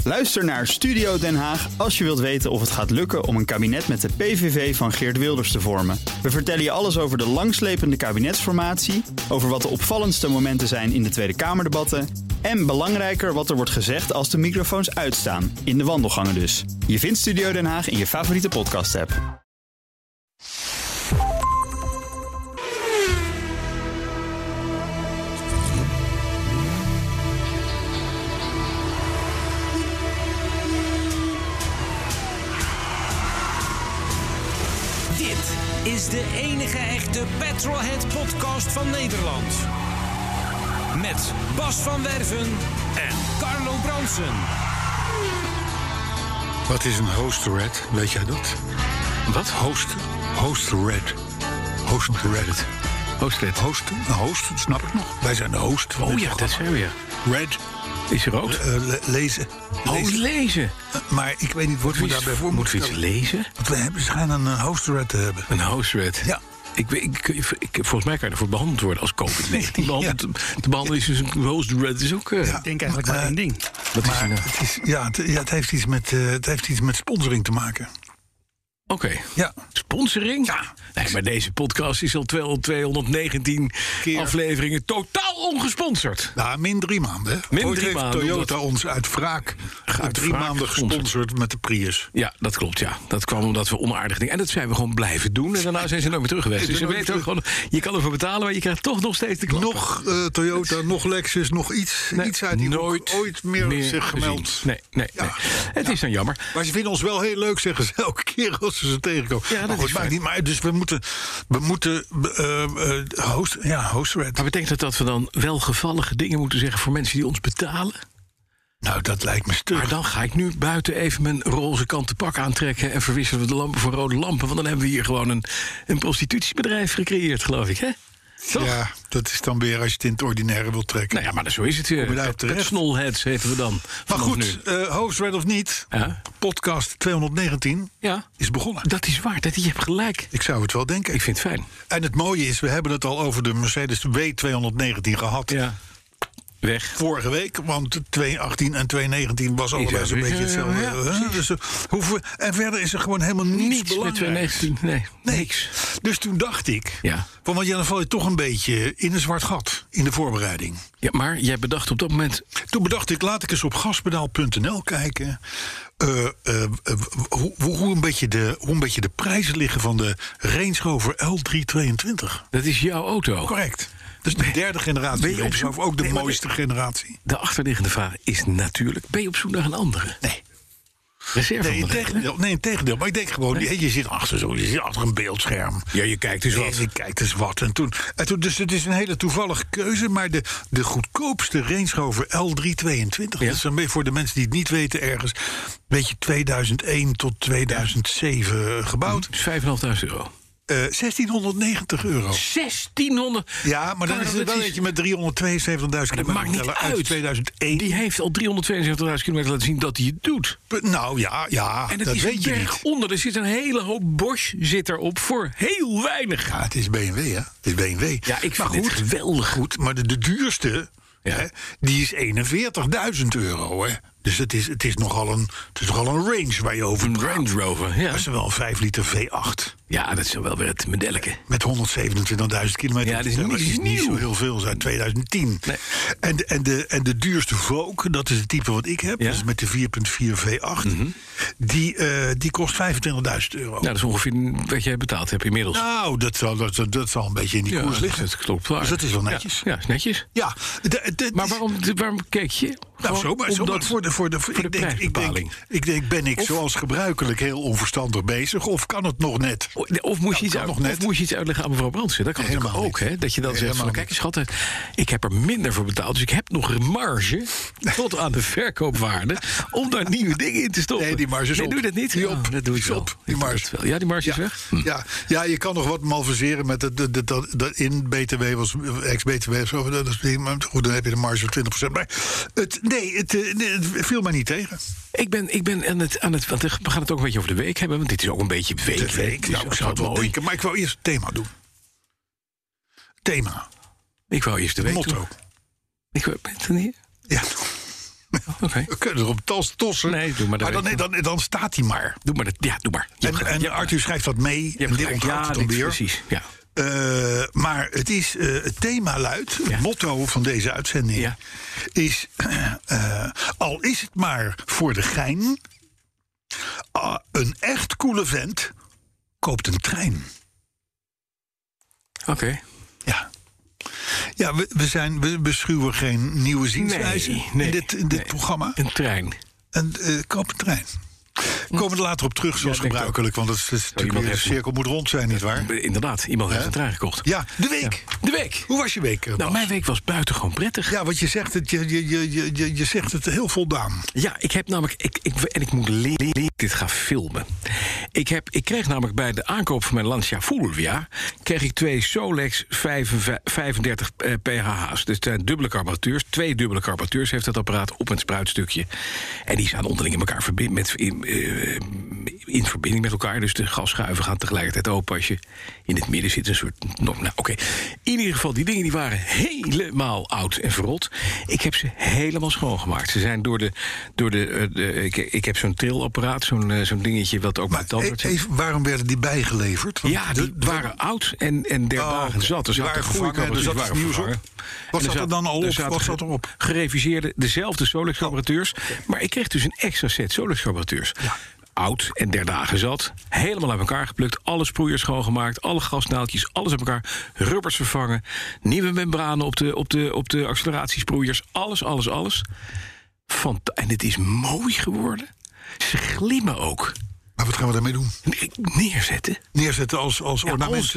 Luister naar Studio Den Haag als je wilt weten of het gaat lukken om een kabinet met de PVV van Geert Wilders te vormen. We vertellen je alles over de langslepende kabinetsformatie, over wat de opvallendste momenten zijn in de Tweede Kamerdebatten en belangrijker wat er wordt gezegd als de microfoons uitstaan, in de wandelgangen dus. Je vindt Studio Den Haag in je favoriete podcast-app. Dit is de enige echte Petrolhead-podcast van Nederland. Met Bas van Werven en Carlo Bronsen. Wat is een host-red? Weet jij dat? Wat? Host-red. Host-red. Host-red. Host, snap ik nog. Wij zijn de host van dit ja, dat programma. zijn we. Red. Is er rood? Lezen. Lezen. Maar ik weet niet wat we daarbij voor moeten we iets lezen? Want we schijnen een host-red te hebben. Een host-red? Ja. Volgens mij kan je ervoor behandeld worden als COVID-19. Te behandelen is dus een host-red. Is ook, Ik denk eigenlijk maar één ding. Maar het heeft iets met sponsoring te maken. Oké. Ja. Sponsoring? Ja. Nee, maar deze podcast is al 219 afleveringen totaal ongesponsord. Nou, min 3 maanden. Ooit heeft Toyota ons uit wraak 3 maanden gesponsord met de Prius. Ja, dat klopt, ja. Dat kwam omdat we onaardig dingen. En dat zijn we gewoon blijven doen. En daarna zijn ze nooit meer terug geweest. Dus je weet ook gewoon, je kan ervoor betalen, maar je krijgt toch nog steeds de klap. Nog Toyota, nog Lexus, nog iets uit die nooit ooit meer zich gemeld. Nee. Het is dan jammer. Maar ze vinden ons wel heel leuk, zeggen ze elke keer als ze tegenkomen. Ja, dat is maakt niet maar uit. Dus we moeten host-red. Maar betekent dat we dan welgevallige dingen moeten zeggen voor mensen die ons betalen? Nou, dat lijkt me stug. Maar dan ga ik nu buiten even mijn roze kanten pak aantrekken en verwisselen we de lampen voor rode lampen. Want dan hebben we hier gewoon een prostitutiebedrijf gecreëerd, geloof ik, hè? Toch? Ja, dat is dan weer als je het in het ordinaire wilt trekken. Nou ja, maar zo is het weer. Snolheads heten we dan. Maar goed, host-red of niet, podcast 219 is begonnen. Dat is waar, je hebt gelijk. Ik zou het wel denken. Ik vind het fijn. En het mooie is, we hebben het al over de Mercedes W219 gehad. Ja. Weg. Vorige week, want 218 en 219 was allebei zo'n beetje hetzelfde. Ja, dus, en verder is er gewoon helemaal niets belangrijks. Met 219, nee, niks. Dus toen dacht ik, ja, dan val je toch een beetje in een zwart gat in de voorbereiding. Ja, maar jij bedacht op dat moment... Toen bedacht ik, laat ik eens op gaspedaal.nl kijken hoe een beetje de prijzen liggen van de Range Rover L322. Dat is jouw auto. Correct. Dus de derde generatie. Ben je op zoek, ook de mooiste generatie. De achterliggende vraag is natuurlijk, ben je op zoek naar een andere? Nee. Nee, in tegendeel. Maar ik denk gewoon, je zit achter een beeldscherm. Ja, je kijkt dus wat. Je kijkt dus wat. En toen, dus het is een hele toevallige keuze. Maar de goedkoopste Range Rover L322... dat is dan voor de mensen die het niet weten ergens... een beetje 2001 tot 2007 gebouwd. Dus €5.500. €1690. 1600? Ja, maar dan is het wel eentje met 372.000 kilometer. Dat maakt niet uit. 2001. Die heeft al 372.000 kilometer laten zien dat hij het doet. Nou ja, en het dat is weet je berg niet. onder. Er zit een hele hoop Bosch zit erop voor heel weinig. Ja, het is BMW, hè? Het is BMW. Ja, ik vind het geweldig. Goed, maar de duurste, hè, die is €41.000, hè? Dus het is nogal een range waar je over praat. Range Rover, ja. Dat is wel een 5 liter V8. Ja, dat is wel weer het medelleke. Met 127.000 kilometer. Ja, dat is niet zo heel veel, uit 2010. Nee. En de duurste Vogue, dat is het type wat ik heb. Ja? Dat is met de 4.4 V8. Die kost €25.000. Nou, dat is ongeveer wat jij betaald hebt inmiddels. Nou, dat zal een beetje in die koers liggen. Dat klopt waar. Dus dat is wel netjes. Ja, is netjes. Ja, maar waarom keek je? Nou, zomaar voor de prijsbepaling. Ik denk, ben ik zoals gebruikelijk heel onverstandig bezig? Of kan het nog net? Of moest je iets uitleggen aan mevrouw Brandsen? Dat kan natuurlijk ook, hè? Dat je dan zegt van, kijk eens, schat, ik heb er minder voor betaald. Dus ik heb nog een marge tot aan de verkoopwaarde om daar nieuwe dingen in te stoppen. Nee, die marge is op. Doe je dat niet? Die op. Dat doe ik wel. Die marge. Ja, die marge is weg? Ja, je kan nog wat malverseren met dat in BTW was ex-BTW of zo. Maar goed, dan heb je de marge van 20%. Maar het viel mij niet tegen. Ik ben aan het want we gaan het ook een beetje over de week hebben, want dit is ook een beetje week. De week, nou, ik zou het wel denken. Maar ik wou eerst het thema doen. Thema. Ik wou eerst de week motto. doen. Ik ben het niet. Ja. Okay. We kunnen erop tossen. Nee, doe maar. Dan staat hij maar. Doe maar. Doe maar. En Arthur schrijft dat mee. En dit onthoudt het dan weer. Precies, ja. Maar het is het thema luidt, het motto van deze uitzending is... al is het maar voor de gein... een echt coole vent koopt een trein. Oké. Ja, we beschuwen geen nieuwe zienswijze in dit programma. Een trein. Koop een trein. We komen er later op terug, zoals gebruikelijk. Want het is natuurlijk weer, de cirkel moet rond zijn, nietwaar? Inderdaad, iemand heeft een trein gekocht. Ja, de week. Ja. De week. Hoe was je week, Bas? Mijn week was buitengewoon prettig. Ja, want je zegt het, je zegt het heel voldaan. Ja, ik heb namelijk... Ik moet leren dit gaan filmen. Ik kreeg namelijk bij de aankoop van mijn Lancia Fulvia... kreeg ik 2 Solex 35 PHH's. Dus dubbele carburateurs. 2 dubbele carburateurs heeft het apparaat op een spruitstukje. En die staan onderling in elkaar in verbinding met elkaar. Dus de gasschuiven gaan tegelijkertijd open als je in het midden zit. Een soort... In ieder geval, die dingen die waren helemaal oud en verrot. Ik heb ze helemaal schoongemaakt. Ze zijn ik heb zo'n trillapparaat, zo'n dingetje wat ook met tanden zit. Waarom werden die bijgeleverd? Want die waren oud en der dagen zat. Er zaten gevangen, er zat nieuws op. Wat zat er dan al op? Wat zat erop? Gereviseerde, dezelfde Solex carburateurs. Maar ik kreeg dus een extra set Solex carburateurs. Ja. Oud en der dagen zat. Helemaal uit elkaar geplukt. Alle sproeiers schoongemaakt. Alle gasnaaltjes. Alles uit elkaar. Rubbers vervangen. Nieuwe membranen op de acceleratiesproeiers. Alles. En het is mooi geworden. Ze glimmen ook. Maar wat gaan we daarmee doen? Neerzetten als ornament.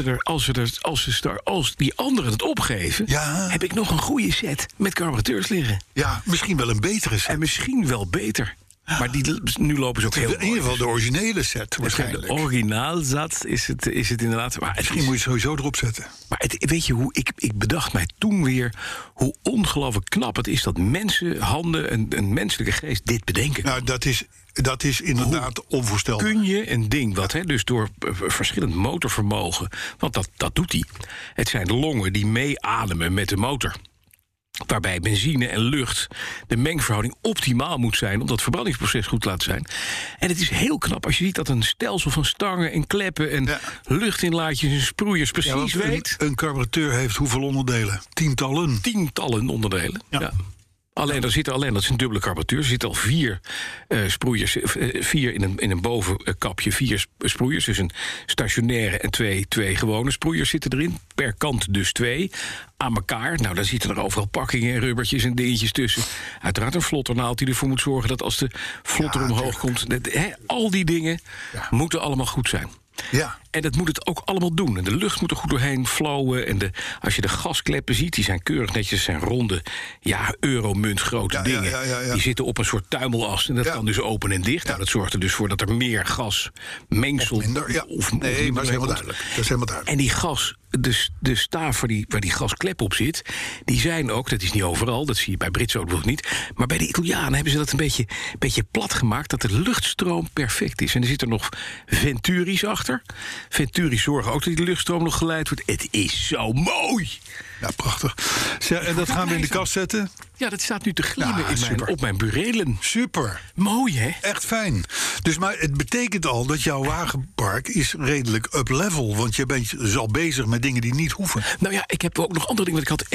Als die anderen het opgeven... heb ik nog een goede set met carburateurs liggen. Ja, misschien wel een betere set. En misschien wel beter. Maar nu lopen ze ook heel in ieder geval de originele set waarschijnlijk. De originaalzat is het inderdaad. Maar misschien moet je het sowieso erop zetten. Maar weet je hoe ik bedacht mij toen weer... hoe ongelooflijk knap het is dat mensenhanden, een menselijke geest dit bedenken. Nou, dat is inderdaad onvoorstelbaar. Kun je een ding wat, dus door verschillend motorvermogen... want dat doet hij. Het zijn de longen die meeademen met de motor... waarbij benzine en lucht, de mengverhouding optimaal moet zijn... om dat verbrandingsproces goed te laten zijn. En het is heel knap als je ziet dat een stelsel van stangen en kleppen... en luchtinlaatjes en sproeiers precies weet... Een carburateur heeft hoeveel onderdelen? Tientallen onderdelen, ja. Dat is een dubbele carburateur. Er zitten al 4 sproeiers, 4 in een bovenkapje, 4 sproeiers. Dus een stationaire en 2 gewone sproeiers zitten erin. Per kant dus 2 aan elkaar. Nou, daar zitten er overal pakkingen en rubbertjes en dingetjes tussen. Uiteraard een vlotternaald die ervoor moet zorgen dat als de vlotter omhoog komt... al die dingen moeten allemaal goed zijn. Ja. En dat moet het ook allemaal doen. En de lucht moet er goed doorheen flowen. En als je de gaskleppen ziet, die zijn keurig netjes, zijn ronde, euromuntgrote dingen. Die zitten op een soort tuimelas. En dat kan dus open en dicht. Nou, dat zorgt er dus voor dat er meer gasmengsel... maar dat is helemaal duidelijk. En die gas, de staaf waar die gasklep op zit... die zijn ook, dat is niet overal, dat zie je bij Britse ook niet... maar bij de Italianen hebben ze dat een beetje plat gemaakt... dat de luchtstroom perfect is. En er zitten nog Venturi's achter... Venturi's zorgen ook dat die luchtstroom nog geleid wordt. Het is zo mooi. Ja, prachtig. En dat gaan we in de kast zetten? Ja, dat staat nu te glimmen op mijn burelen. Super. Mooi, hè? Echt fijn. Dus maar het betekent al dat jouw wagenpark is redelijk up level. Want je bent dus al bezig met dingen die niet hoeven. Nou ja, ik heb ook nog andere dingen. Want ik had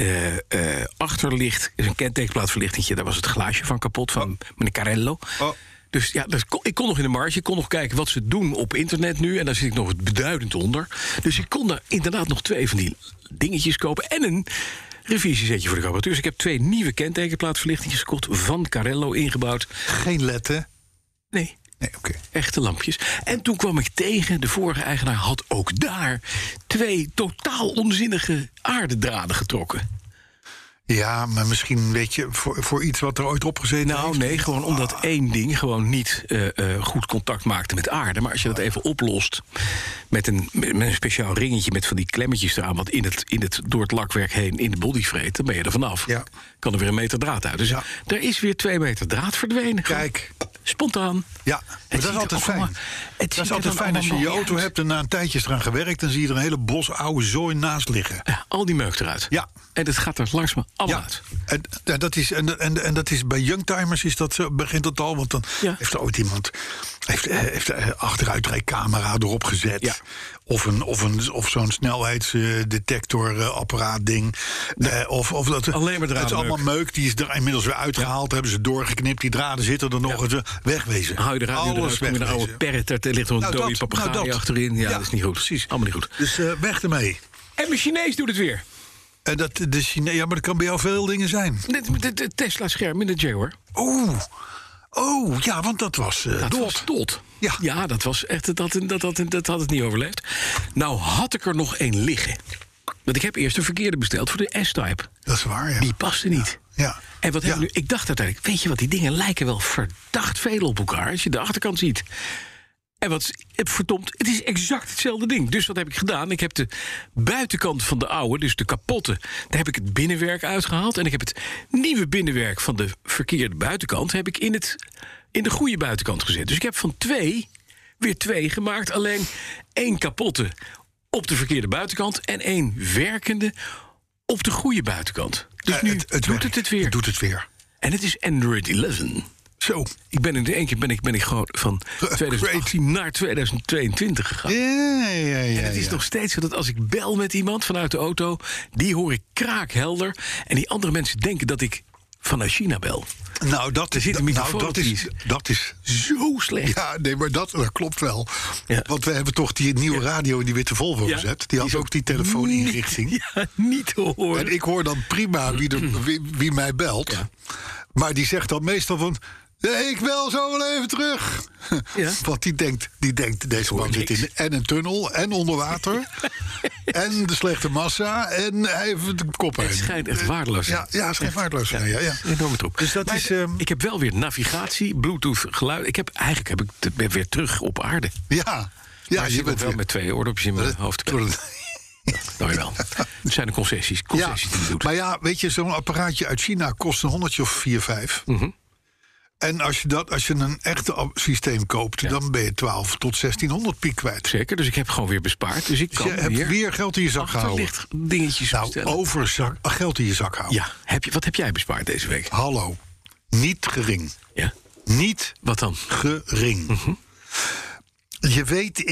1 achterlicht, een kentekenplaatverlichtingje. Daar was het glaasje van kapot, van meneer Carello. Dus ja, ik kon nog in de marge, ik kon nog kijken wat ze doen op internet nu. En daar zit ik nog beduidend onder. Dus ik kon daar inderdaad nog 2 van die dingetjes kopen. En een revisiesetje voor de carburateurs. Ik heb 2 nieuwe kentekenplaatverlichtingjes gekocht, van Carello ingebouwd. Geen letten? Nee. Okay. Echte lampjes. En toen kwam ik tegen, de vorige eigenaar had ook daar 2 totaal onzinnige aardedraden getrokken. Ja, maar misschien, weet je, voor iets wat er ooit opgezeten heeft? Nee, gewoon omdat 1 ding gewoon niet goed contact maakte met aarde. Maar als je dat even oplost met een speciaal ringetje met van die klemmetjes eraan... wat door het lakwerk heen in de body vreet, dan ben je er vanaf. Ja. Kan er weer 1 meter draad uit. Dus er is weer 2 meter draad verdwenen. Kijk, spontaan. Ja, maar dat is altijd fijn. Dat is altijd fijn als je je auto hebt en na een tijdje is eraan gewerkt, dan zie je er een hele bos oude zooi naast liggen. Ja, al die meuk eruit. Ja. En het gaat er langzaam allemaal uit. En dat is bij youngtimers is dat zo, begint het al, want dan heeft er ooit iemand heeft achteruitrijcamera erop gezet. Ja. Of zo'n snelheidsdetectorapparaat ding. Of dat, alleen maar het is allemaal meuk. Die is er inmiddels weer uitgehaald. Hebben ze doorgeknipt. Die draden zitten er nog. Wegwezen. Hou je de radio eruit. Kom je een oude perret. Er ligt nog een dode papegaai achterin. Ja, dat is niet goed. Precies. Allemaal niet goed. Dus weg ermee. En mijn Chinees doet het weer. En maar dat kan bij jou veel dingen zijn. De Tesla-scherm in de Jaguar. Oh, ja, want dat was dood. Ja, dat was echt. Dat had het niet overleefd. Nou had ik er nog één liggen. Want ik heb eerst een verkeerde besteld voor de S-Type. Dat is waar, ja. Die paste niet. Ja. En wat heb ik nu? Ik dacht uiteindelijk, weet je wat, die dingen lijken wel verdacht veel op elkaar als je de achterkant ziet. En verdomd, het is exact hetzelfde ding. Dus wat heb ik gedaan? Ik heb de buitenkant van de oude, dus de kapotte, daar heb ik het binnenwerk uitgehaald. En ik heb het nieuwe binnenwerk van de verkeerde buitenkant heb ik in de goede buitenkant gezet. Dus ik heb van weer twee gemaakt. Alleen 1 kapotte op de verkeerde buitenkant en 1 werkende op de goede buitenkant. Dus nu doet het weer. Het doet het weer. En het is Android 11. Zo. Ik ben in één keer ben ik gewoon van 2018 naar 2022 gegaan. Ja. En het is nog steeds zo dat als ik bel met iemand vanuit de auto, die hoor ik kraakhelder. En die andere mensen denken dat ik vanuit China bel. Nou, dat is zo slecht. Ja, nee, maar dat klopt wel. Ja. Want we hebben toch die nieuwe radio in die witte Volvo gezet. Die had ook die telefooninrichting. Ja, niet te horen. En ik hoor dan prima wie mij belt. Ja. Maar die zegt dan meestal van, ik bel zo wel even terug. Ja. Want die denkt deze man zit in en een tunnel en onder water. En de slechte massa. En hij heeft de kop uit. Het schijnt echt waardeloos. Ja, het schijnt waardeloos. Ja. Enorme troep. Dus dat is, ik heb wel weer navigatie, Bluetooth, geluid. Eigenlijk heb ik weer terug op aarde. Ja, je bent wel met 2 oordopjes in mijn hoofd. Nou wel. Het zijn de concessies die je doet. Maar ja, weet je, zo'n apparaatje uit China kost een 100 of 4, 5. Mm-hmm. En als je een echte systeem koopt, dan ben je 12 tot 1600 piek kwijt. Zeker, dus ik heb gewoon weer bespaard. Dus ik kan je hebt weer geld in je zak gehouden. Dingetjes geld in je zak houden. Ja, wat heb jij bespaard deze week? Hallo, niet gering. Ja? Niet wat dan? Gering. Mm-hmm. Je weet,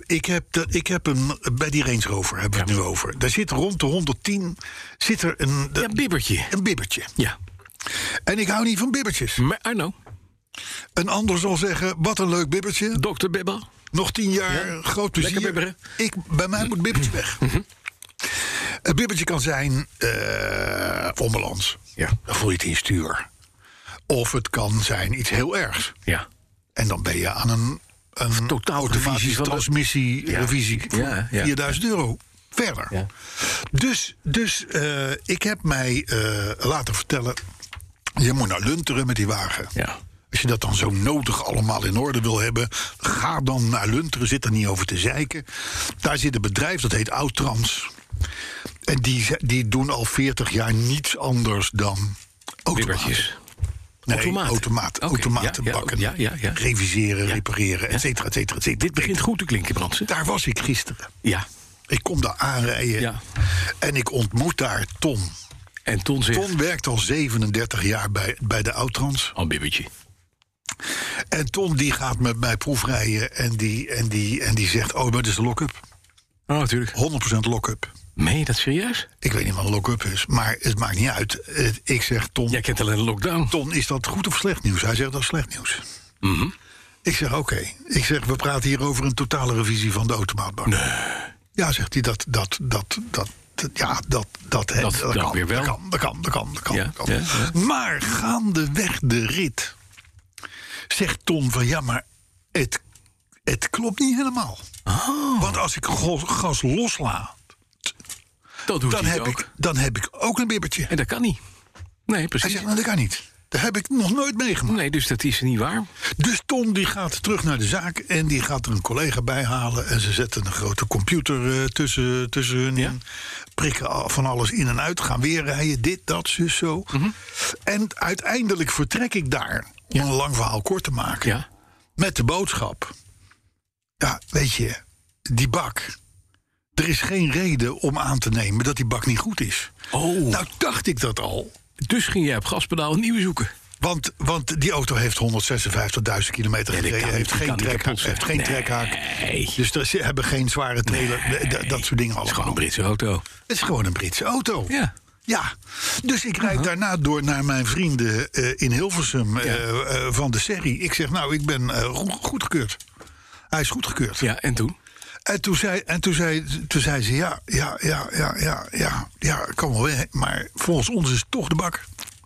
ik heb bij die Range Rover hebben we het nu over. Daar zit rond de 110 zit er een bibbertje. Een bibbertje. Ja. En ik hou niet van bibbertjes. Maar I know. Een ander zal zeggen, wat een leuk bibbertje. Dr. Bibber. Nog 10 jaar, groot plezier. Lekker bibberen. Bij mij moet bibbertje weg. Mm-hmm. Een bibbertje kan zijn onbalans. Ja. Dan voel je het in je stuur. Of het kan zijn iets heel ergs. Ja. En dan ben je aan een automatische transmissie-revisie voor €4.000 verder. Ja. Dus ik heb mij laten vertellen, je moet naar Lunteren met die wagen. Ja. Als je dat dan zo nodig allemaal in orde wil hebben, ga dan naar Lunteren, zit er niet over te zeiken. Daar zit een bedrijf, dat heet Oudtrans. En die doen al 40 jaar niets anders dan automaten. Automaten bakken, reviseren, repareren, et cetera, et cetera, et cetera. Dit begint goed te klinken, Brandsen. Daar was ik gisteren. Ja. Ik kom daar aanrijden en ik ontmoet daar Ton. En Ton zegt... Ton werkt al 37 jaar bij de Oudtrans. Een bibbertje. En Ton die gaat met mij proefrijden en die zegt, maar dit is de lock-up. Oh, natuurlijk. 100% lock-up. Meen je dat serieus? Ik weet niet wat een lock-up is, maar het maakt niet uit. Ik zeg, Ton... Jij kent alleen een lockdown. Ton, is dat goed of slecht nieuws? Hij zegt, dat is slecht nieuws. Mm-hmm. Ik zeg, oké. Ik zeg, we praten hier over een totale revisie van de automaatbak. Nee. Ja, zegt hij, dat kan weer wel. Dat kan. Ja. Maar gaandeweg de rit zegt Ton van, maar het klopt niet helemaal. Oh. Want als ik gas loslaat, dan heb ik ook een bibbertje. En dat kan niet. Nee, precies. Hij zegt, dat kan niet. Dat heb ik nog nooit meegemaakt. Nee, dus dat is niet waar. Dus Ton die gaat terug naar de zaak en die gaat er een collega bij halen. En ze zetten een grote computer tussen hun in. Prikken van alles in en uit. Gaan weer rijden, dit, dat, zus, zo. Mm-hmm. En uiteindelijk vertrek ik daar, om een lang verhaal kort te maken. Ja. Met de boodschap. Ja, weet je, die bak. Er is geen reden om aan te nemen dat die bak niet goed is. Oh. Nou dacht ik dat al. Dus ging jij op gaspedaal een nieuwe zoeken? Want die auto heeft 1156.000 kilometer gereden. Heeft geen trekhaak. Dus ze hebben geen zware trailer. Dat soort dingen allemaal. Het is gewoon een Britse auto. Het is gewoon een Britse auto. Ja. Dus ik rijd daarna door naar mijn vrienden in Hilversum van de serie. Ik zeg, nou, ik ben goedgekeurd. Hij is goedgekeurd. Ja, en toen? En toen zei ze, ja, kan wel weg. Maar volgens ons is het toch de bak.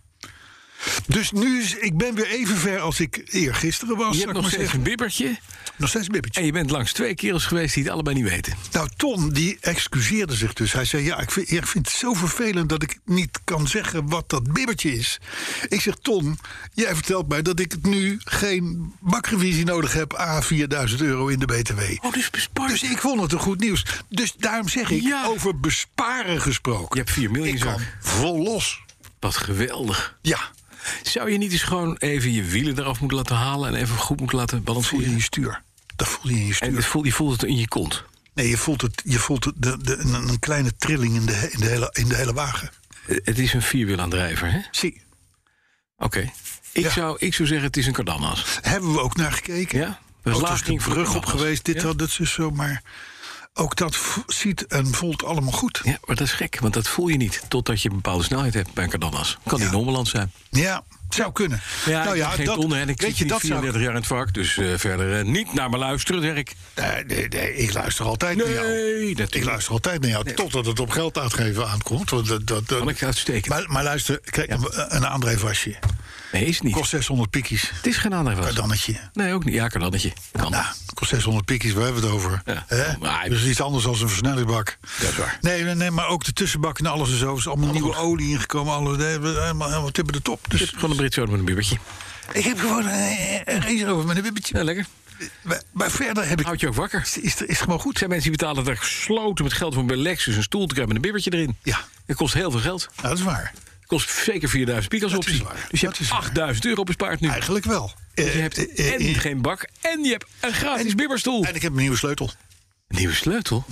Dus nu ik ben weer even ver als ik eergisteren was. Je hebt nog steeds een bibbertje. Nog steeds een bibbertje. En je bent langs 2 kerels geweest die het allebei niet weten. Nou, Ton, die excuseerde zich dus. Hij zei, ik vind het zo vervelend dat ik niet kan zeggen wat dat bibbertje is. Ik zeg, Ton, jij vertelt mij dat ik nu geen bakrevisie nodig heb. €4.000 in de BTW. Oh, dus bespaard. Dus ik vond het een goed nieuws. Dus daarom zeg ik, over besparen gesproken. Je hebt 4 miljoen. Ik kan vol los. Wat geweldig. Ja. Zou je niet eens gewoon even je wielen eraf moeten laten halen en even goed moeten laten balanceren? Voel je in je stuur. Dat voel je in je stuur. En je voelt het in je kont? Nee, je voelt een kleine trilling in de hele wagen. Het is een vierwielaandrijver, hè? Zie. Oké. Ik zou zeggen, het is een Cardanas. Hebben we ook naar gekeken. Ja. Er is de brug op geweest, dat is zo, maar ook dat ziet en voelt allemaal goed. Ja, maar dat is gek, want dat voel je niet totdat je een bepaalde snelheid hebt bij een Cardanas. Kan die Nommerland zijn. Ja, zou kunnen. Ja, nou ja, geen ton en ik zit 34 jaar in het vak, dus verder niet naar me luisteren, zeg ik. Nee, ik luister altijd naar jou. Ik luister altijd naar jou, totdat het op geld uitgeven aankomt. Kan ik uitstekend. Maar luister, kijk, een aandrijfwasje. Nee, is het niet. Kost 600 pikkies. Het is geen aandrijfwas. Kardannetje. Nee, ook niet. Ja, kardannetje. Kan. Nou, kost 600 pikkies, waar hebben we het over? Ja. Dus iets anders dan een versnellingsbak. Dat is waar. Nee, maar ook de tussenbak en alles en zo. Er is allemaal nieuwe olie ingekomen. Helemaal tippen de top. Dus je hebt gewoon een Britse auto met een bibbertje. Ik heb gewoon een Range Rover met een bibbertje. Ja, lekker. Maar verder heb ik... Houd je ook wakker? Is gewoon goed. Er zijn mensen die betalen daar gesloten met geld voor bij Lexus een stoel te krijgen met een bibbertje erin. Ja. Het kost heel veel geld. Nou, dat is waar. Kost zeker 4.000 piek als optie. Dus je hebt €8.000 bespaard nu. Eigenlijk wel. Dus je hebt geen bak en je hebt een gratis bibberstoel. En ik heb een nieuwe sleutel. Een nieuwe sleutel?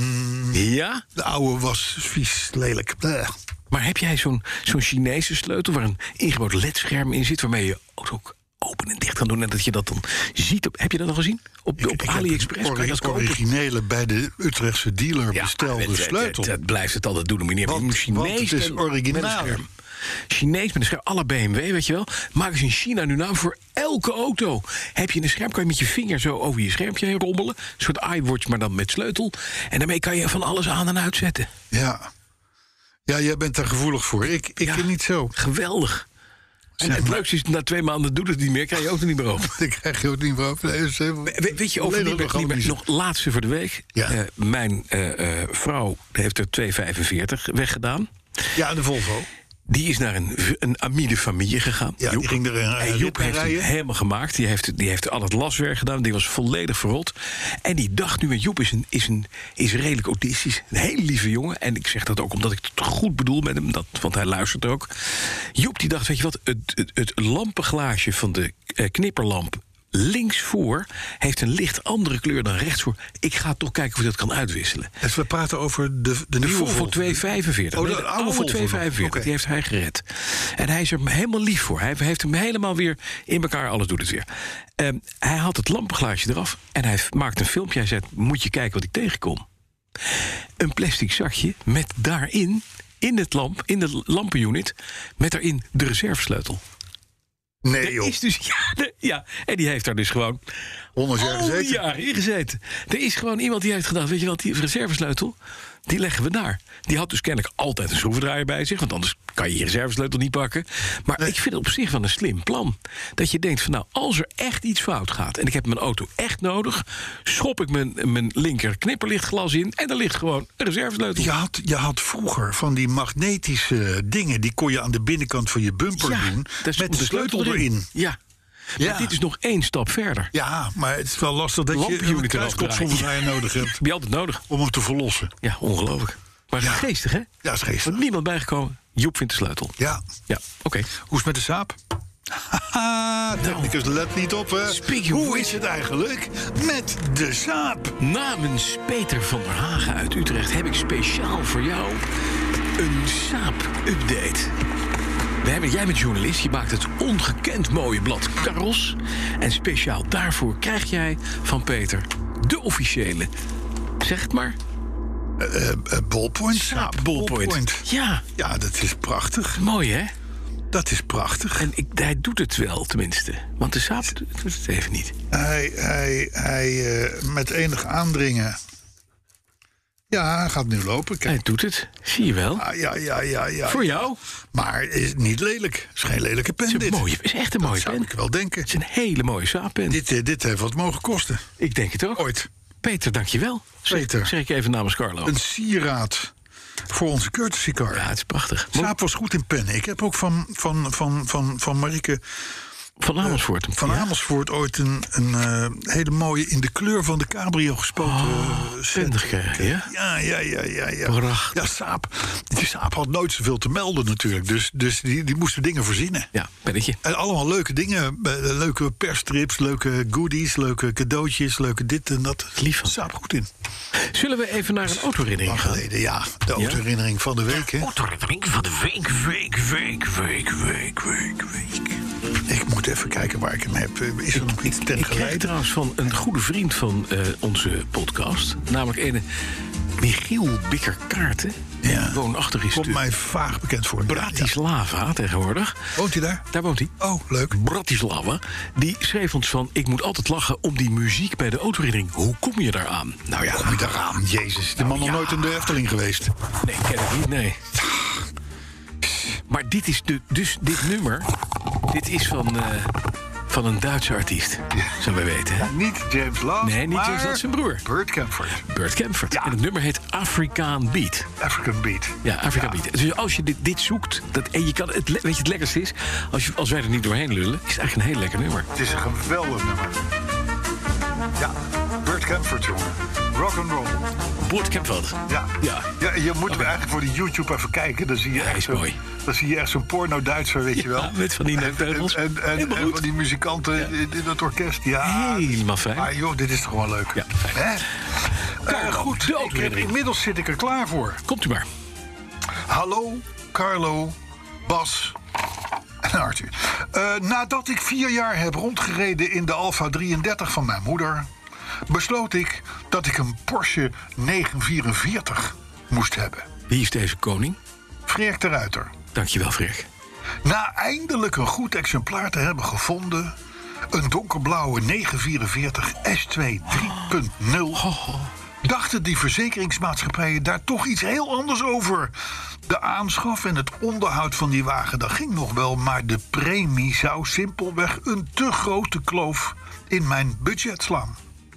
Ja? De oude was vies, lelijk. Maar heb jij zo'n Chinese sleutel waar een ingebouwd LED-scherm in zit, waarmee je ook open en dicht kan doen en dat je dat dan ziet? Heb je dat al gezien? Op AliExpress kan je dat kopen? Originele bij de Utrechtse dealer bestelde sleutel. Dat blijft het altijd doen, meneer. Want het is originaal. Chinees met een scherm, à la BMW, weet je wel. Maken ze in China nu nou voor elke auto. Heb je een scherm, kan je met je vinger zo over je schermpje heen rommelen. Een soort iWatch, maar dan met sleutel. En daarmee kan je van alles aan en uitzetten. Ja, jij bent daar gevoelig voor. Ik niet zo. Geweldig. En het leukste is, na 2 maanden doet het niet meer, krijg je auto niet meer open. Dan krijg je ook niet meer open. Nee, weet je, over niet nog laatste voor de week. Ja. Mijn vrouw heeft er 245 weggedaan. Ja, de Volvo. Die is naar een amide familie gegaan. Ja, Joep. Die ging er Joep heeft hem helemaal gemaakt. Die heeft al het laswerk gedaan. Die was volledig verrot. En die dacht nu, Joep is redelijk autistisch. Een hele lieve jongen. En ik zeg dat ook omdat ik het goed bedoel met hem. Want hij luistert ook. Joep die dacht, weet je wat, het lampenglaasje van de knipperlamp linksvoor heeft een licht andere kleur dan rechtsvoor. Ik ga toch kijken of ik dat kan uitwisselen. Dus we praten over de nieuwe Volvo 245. De oude Volvo 245, okay. Die heeft hij gered. En hij is er helemaal lief voor. Hij heeft hem helemaal weer in elkaar, alles doet het weer. Hij had het lampenglaasje eraf en hij maakt een filmpje. Hij zegt, moet je kijken wat ik tegenkom. Een plastic zakje met daarin, in de lampenunit, met daarin de reservesleutel. Nee, joh. Is dus, ja, en die heeft daar dus gewoon 100 jaar gezeten. 100 jaar ingezeten. Er is gewoon iemand die heeft gedacht, weet je wat, die reservesleutel, die leggen we daar. Die had dus kennelijk altijd een schroevendraaier bij zich, want anders kan je je reservesleutel niet pakken. Maar ik vind het op zich wel een slim plan. Dat je denkt van, nou, als er echt iets fout gaat en ik heb mijn auto echt nodig, schop ik mijn linker knipperlichtglas in en er ligt gewoon een reservesleutel. Je had vroeger van die magnetische dingen, die kon je aan de binnenkant van je bumper doen, met de sleutel erin. Ja. Maar dit is nog 1 stap verder. Ja, maar het is wel lastig dat je een kruiskopschroevendraaier nodig hebt. Heb je altijd nodig. Om hem te verlossen. Ja, ongelooflijk. Maar geestig, hè? Ja, is geestig. Er is niemand bijgekomen. Joep vindt de sleutel. Ja. Oké. Hoe is het met de Saab? Technicus, let niet op, hè. Hoe is het eigenlijk met de Saab? Namens Peter van der Hagen uit Utrecht heb ik speciaal voor jou een Saab-update. Jij bent journalist, je maakt het ongekend mooie blad Karos. En speciaal daarvoor krijg jij van Peter de officiële, zeg het maar... Ballpoint. Saab Ballpoint. Ja. Ja, dat is prachtig. Mooi, hè? Dat is prachtig. En hij doet het wel, tenminste. Want de Saab doet het even niet. Hij met enig aandringen... Ja, hij gaat nu lopen. Kijk. Hij doet het, zie je wel. Ja. Voor jou. Maar is niet lelijk. Het is geen lelijke pen, dit. Het is echt een mooie pen. Dat zou ik wel denken. Het is een hele mooie Saab-pen. Dit heeft wat mogen kosten. Ik denk het ook. Ooit. Peter, dankjewel. Peter. Zeg ik even namens Carlo. Een sieraad voor onze courtesy car. Ja, het is prachtig. Saab was goed in pennen. Ik heb ook van Marieke... Van Amersfoort. Van Amersfoort ooit een hele mooie in de kleur van de cabrio gespoten pen gekregen, ja? Ja. Prachtig. Ja, Saab had nooit zoveel te melden natuurlijk. Dus die moesten dingen verzinnen. Ja, pennetje. En allemaal leuke dingen. Leuke persstrips, leuke goodies, leuke cadeautjes, leuke dit en dat. Lief van Saab goed in. Zullen we even naar een autoherinnering gaan? Ja, de autoherinnering van de week, hè? Autoherinnering van de week. Ik moet even kijken waar ik hem heb. Is er nog iets ten geleide? Ik krijg trouwens van een goede vriend van onze podcast. Namelijk ene Michiel Bikker-Kaarten. Ja. Woonachtig is Komt mij vaag bekend voor. Bratislava tegenwoordig. Woont hij daar? Daar woont hij. Oh, leuk. Bratislava. Die schreef ons van... ik moet altijd lachen om die muziek bij de autoherinnering. Hoe kom je daaraan? Nou ja, kom je daaraan? Jezus, de man nog nooit in de Efteling geweest. Nee, ken ik niet, nee. Maar dit is dit nummer... Dit is van een Duitse artiest, zo wij weten. Hè? Niet James Last, nee, niet James Last, zijn broer. Burt Camford. Ja. En het nummer heet Afrikaan Beat. African Beat. Ja, Afrikaan Beat. Dus als je dit zoekt, en je kan weet je, het lekkerste is... Als wij er niet doorheen lullen, is het eigenlijk een heel lekker nummer. Het is een geweldig nummer. Ja, Burt Camford, jongen. Rock'n'roll. Burt Camford. Ja, je moet eigenlijk voor de YouTube even kijken. Dan zie je echt mooi. Dan zie je echt zo'n porno-Duitser, weet je wel. Met van die neukteugels. En van die muzikanten in het orkest. Ja, helemaal fijn. Maar joh, dit is toch wel leuk. Ja, fijn. Goed, inmiddels zit ik er klaar voor. Komt u maar. Hallo, Carlo, Bas en Arthur. Nadat ik 4 jaar heb rondgereden in de Alfa 33 van mijn moeder... besloot ik dat ik een Porsche 944 moest hebben. Wie is deze koning? Freek de Ruiter. Dankjewel, Freek. Na eindelijk een goed exemplaar te hebben gevonden... een donkerblauwe 944 S2 3.0... dachten die verzekeringsmaatschappijen daar toch iets heel anders over. De aanschaf en het onderhoud van die wagen, dat ging nog wel... maar de premie zou simpelweg een te grote kloof in mijn budget slaan.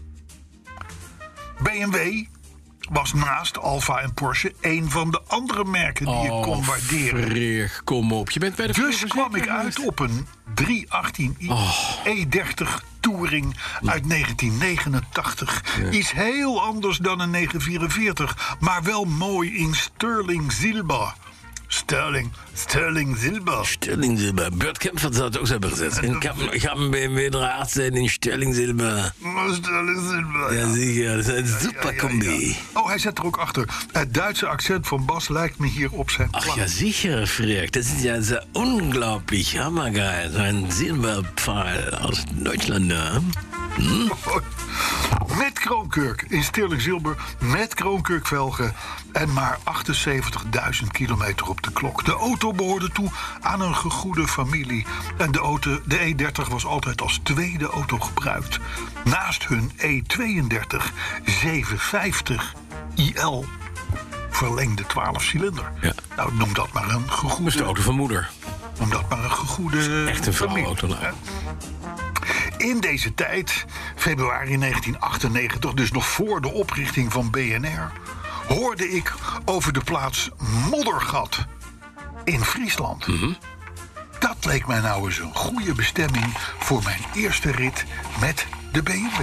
BMW was naast Alfa en Porsche een van de andere merken die ik kon waarderen. Freek, kom op. Je bent bij de dus kwam ik uit op een 318i E30 Touring uit 1989. Ja. Iets heel anders dan een 944, maar wel mooi in sterling zilber. Sterling Silber. Burt Camford zou het ook zo hebben gezet. Ik heb een BMW 318 in Sterling Silber. Ja, zeker. Dat is een super combi. Ja. Oh, hij zet er ook achter. Het Duitse accent van Bas lijkt me hier op zijn Ach ja, zeker, Freek. Dat is ja zo unglaublich hammergeil. Zo'n Silberpfahl aus Deutschland. met kroonkurk in sterling zilver, met kroonkurkvelgen en maar 78.000 kilometer op de klok. De auto behoorde toe aan een gegoede familie. En de E30 was altijd als tweede auto gebruikt. Naast hun E32 750 IL verlengde 12-cilinder. Ja. Nou, noem dat maar een gegoede... Dat is de auto van moeder. Noem dat maar een gegoede... Echt een vrouwenauto. Nou. In deze tijd, februari 1998, dus nog voor de oprichting van BNR... hoorde ik over de plaats Moddergat in Friesland. Mm-hmm. Dat leek mij nou eens een goede bestemming voor mijn eerste rit met de BMW.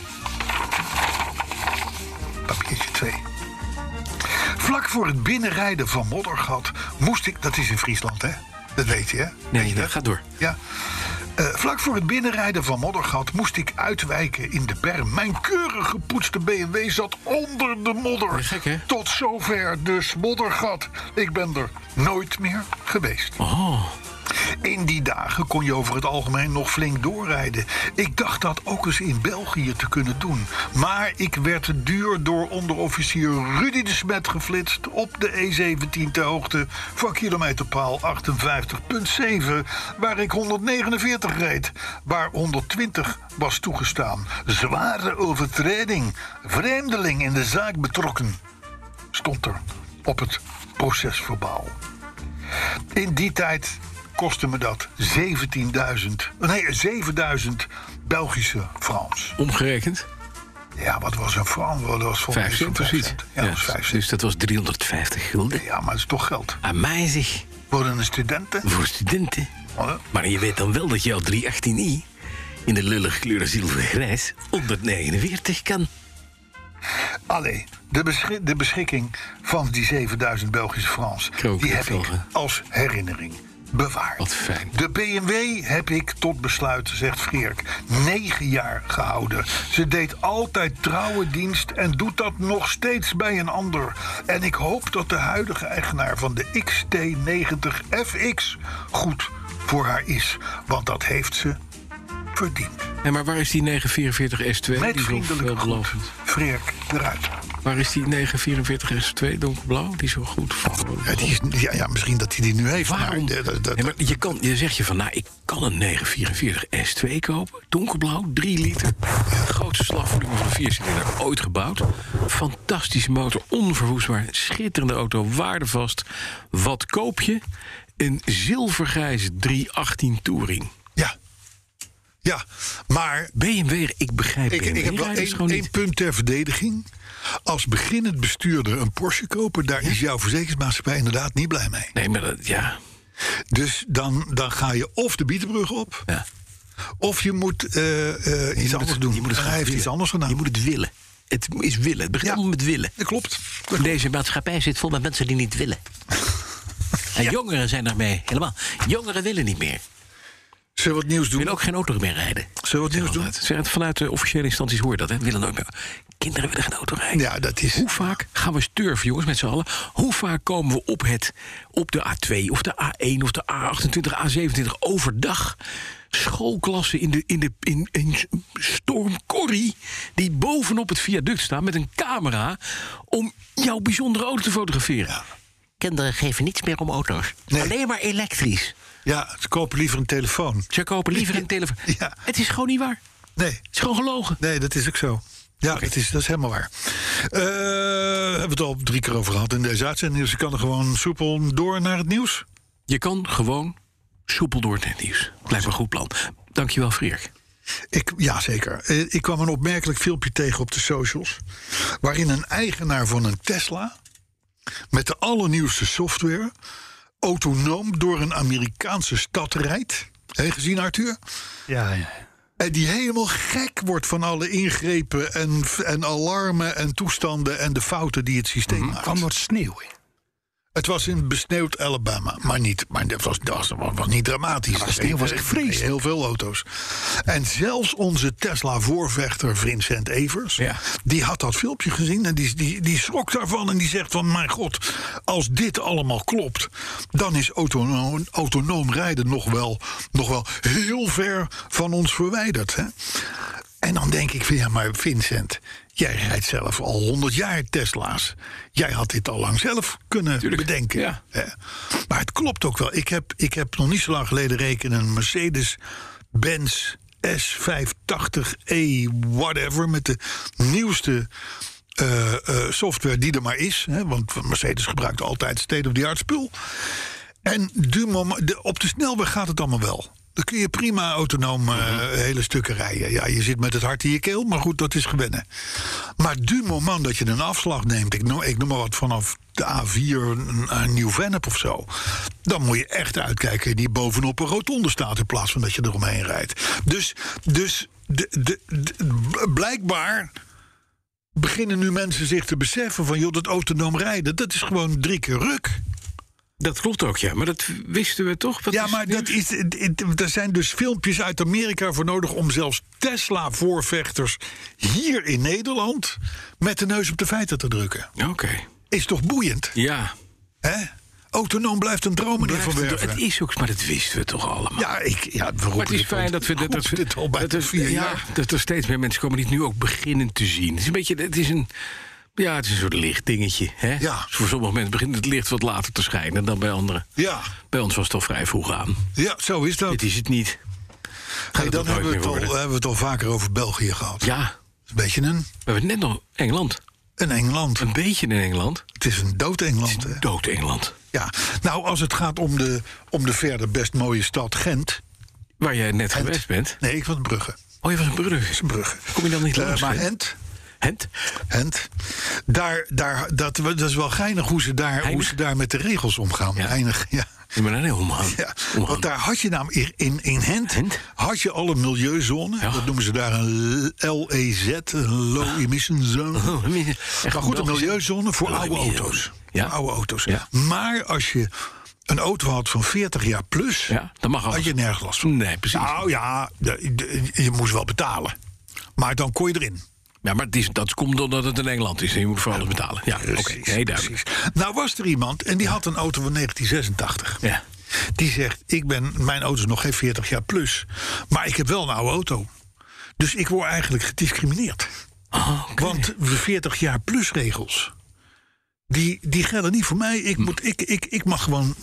Papiertje 2. Vlak voor het binnenrijden van Moddergat moest ik... Dat is in Friesland, hè? Dat weet je, hè? Nee, dat gaat door. Ja. Vlak voor het binnenrijden van Moddergat moest ik uitwijken in de berm. Mijn keurig gepoetste BMW zat onder de modder. Gek, hè? Tot zover dus Moddergat. Ik ben er nooit meer geweest. Oh. In die dagen kon je over het algemeen nog flink doorrijden. Ik dacht dat ook eens in België te kunnen doen. Maar ik werd duur door onderofficier Rudy de Smet geflitst... op de E17 ter hoogte van kilometerpaal 58,7... waar ik 149 reed, waar 120 was toegestaan. Zware overtreding, vreemdeling in de zaak betrokken, stond er op het procesverbaal. In die tijd kostte me dat 7.000 Belgische francs. Omgerekend? Ja, wat was een franc? Dat was 5 cent, precies. Ja, dat was 5 cent. Dus dat was 350 gulden. Ja, maar dat is toch geld. Amazig. Voor een studenten. Voor studenten. Maar je weet dan wel dat jouw 318i... in de lullig kleuren zilvergrijs 149 kan. Allee, de beschikking van die 7.000 Belgische francs... die heb ik als herinnering bewaard. Wat fijn. De BMW heb ik tot besluit, zegt Freerk, 9 jaar gehouden. Ze deed altijd trouwe dienst en doet dat nog steeds bij een ander. En ik hoop dat de huidige eigenaar van de XT90 FX goed voor haar is. Want dat heeft ze verdiend. En maar waar is die 944 S2? Met die vriendelijke groet, Freerk eruit. Waar is die 944 S2 donkerblauw? Die zo goed. Ja, misschien dat hij die nu heeft. Waarom? Maar je zegt je van, nou, ik kan een 944 S2 kopen. Donkerbblauw, 3 liter. De grootste slagvolume van een 4-cilinder ooit gebouwd. Fantastische motor, onverwoestbaar. Schitterende auto, waardevast. Wat koop je? Een zilvergrijze 318 Touring. Ja, maar BMW, ik begrijp BMW. Ik heb wel één punt ter verdediging. Als beginnend bestuurder een Porsche kopen... daar is jouw verzekeringsmaatschappij inderdaad niet blij mee. Nee, maar dat, ja. Dus dan ga je of de Bietenbrug op... Ja. of je moet iets anders doen. Hij heeft iets anders gedaan. Je moet het willen. Het is willen. Het begint allemaal met willen. Dat klopt. Deze maatschappij zit vol met mensen die niet willen. En jongeren zijn daarmee helemaal... Jongeren willen niet meer. Zullen we wat nieuws doen? Willen ook geen auto meer rijden. Zullen we wat nieuws doen? Zeg het vanuit de officiële instanties hoor je dat, hè? Willen nooit meer. Kinderen willen geen auto rijden. Ja, dat is... Hoe vaak gaan we sturven, jongens, met z'n allen? Hoe vaak komen we op de A2 of de A1 of de A28, A27 overdag? Schoolklassen in Storm Corrie die bovenop het viaduct staan met een camera om jouw bijzondere auto te fotograferen. Ja. Kinderen geven niets meer om auto's. Nee. Alleen maar elektrisch. Ja, ze kopen liever een telefoon. Ze kopen liever een telefoon. Ja. Het is gewoon niet waar. Nee. Het is gewoon gelogen. Nee, dat is ook zo. Ja, okay. dat is helemaal waar. Hebben we het al 3 keer over gehad in deze uitzending. Dus je kan er gewoon soepel door naar het nieuws. Je kan gewoon soepel door naar het nieuws. Lijkt me een goed plan. Dankjewel, Freerk. Ja, zeker. Ik kwam een opmerkelijk filmpje tegen op de socials... waarin een eigenaar van een Tesla... met de allernieuwste software... autonoom door een Amerikaanse stad rijdt. Heb je gezien, Arthur? Ja. En die helemaal gek wordt van alle ingrepen en alarmen en toestanden... en de fouten die het systeem maakt. Kwam wat sneeuw in. Het was in besneeuwd Alabama, maar dat was niet dramatisch. Maar sneeuw was echt vreselijk. Heel veel auto's. En zelfs onze Tesla-voorvechter Vincent Evers... Ja. die had dat filmpje gezien en die schrok daarvan... en die zegt van, mijn god, als dit allemaal klopt... dan is autonoom rijden nog wel heel ver van ons verwijderd. Hè? En dan denk ik van, ja, maar Vincent, jij rijdt zelf al 100 jaar Tesla's. Jij had dit al lang zelf kunnen bedenken. Ja. Maar het klopt ook wel. Ik heb nog niet zo lang geleden rekenen een Mercedes-Benz S580e whatever, met de nieuwste software die er maar is. Hè, want Mercedes gebruikt altijd state-of-the-art spul. En op de snelweg gaat het allemaal wel. Dan kun je prima autonoom hele stukken rijden. Ja, je zit met het hart in je keel, maar goed, dat is gewennen. Maar du moment dat je een afslag neemt, ik noem maar wat, vanaf de A4 naar Nieuw-Vennep of zo, dan moet je echt uitkijken die bovenop een rotonde staat in plaats van dat je eromheen rijdt. Dus blijkbaar beginnen nu mensen zich te beseffen van, joh, dat autonoom rijden, dat is gewoon 3 keer ruk. Dat klopt ook, ja. Maar dat wisten we toch? Er zijn dus filmpjes uit Amerika voor nodig om zelfs Tesla-voorvechters hier in Nederland met de neus op de feiten te drukken. Oké. Is toch boeiend? Ja. Hè? Autonoom blijft een droom, meneer Van Werven. Het is ook, maar dat wisten we toch allemaal. Maar het is fijn dat dit al bij 4 jaar. Dat er steeds meer mensen komen die het nu ook beginnen te zien. Het is een soort lichtdingetje. Hè? Ja. Dus voor sommige mensen begint het licht wat later te schijnen dan bij anderen. Ja. Bij ons was het al vrij vroeg aan. Ja, zo is dat. Dit is het niet. Dan hebben we het al vaker over België gehad. Ja. Een beetje We hebben het net nog Engeland. Een Engeland. Een beetje in Engeland. Het is een dood Engeland. Het is dood Engeland. Ja. Nou, als het gaat om de verder best mooie stad Gent. Waar jij net geweest bent. Nee, ik was in Brugge. Oh, je was in Brugge. Kom je dan niet langs? Maar Gent. Dat is wel geinig hoe ze daar met de regels omgaan. Ja. Geinig, ja. Je moet daar niet omgaan. Ja, want daar had je namelijk in Gent had je al een milieuzone. Ja. Dat noemen ze daar een LEZ, een Low Emission Zone. Maar goed, een milieuzone voor oude auto's. Ja. Voor oude auto's. Ja. Maar als je een auto had van 40 jaar plus, dan mag alles. had je nergens last van. Nee, precies. Nou ja, je moest wel betalen. Maar dan kon je erin. Ja, maar dat komt doordat het in Engeland is en je moet voor alles betalen. Ja, oké. Nee, duidelijk. Nou was er iemand en die had een auto van 1986. Ja. Die zegt, mijn auto is nog geen 40 jaar plus, maar ik heb wel een oude auto. Dus ik word eigenlijk gediscrimineerd. Oh, okay. Want de 40 jaar plus regels, die gelden niet voor mij. Ik mag gewoon.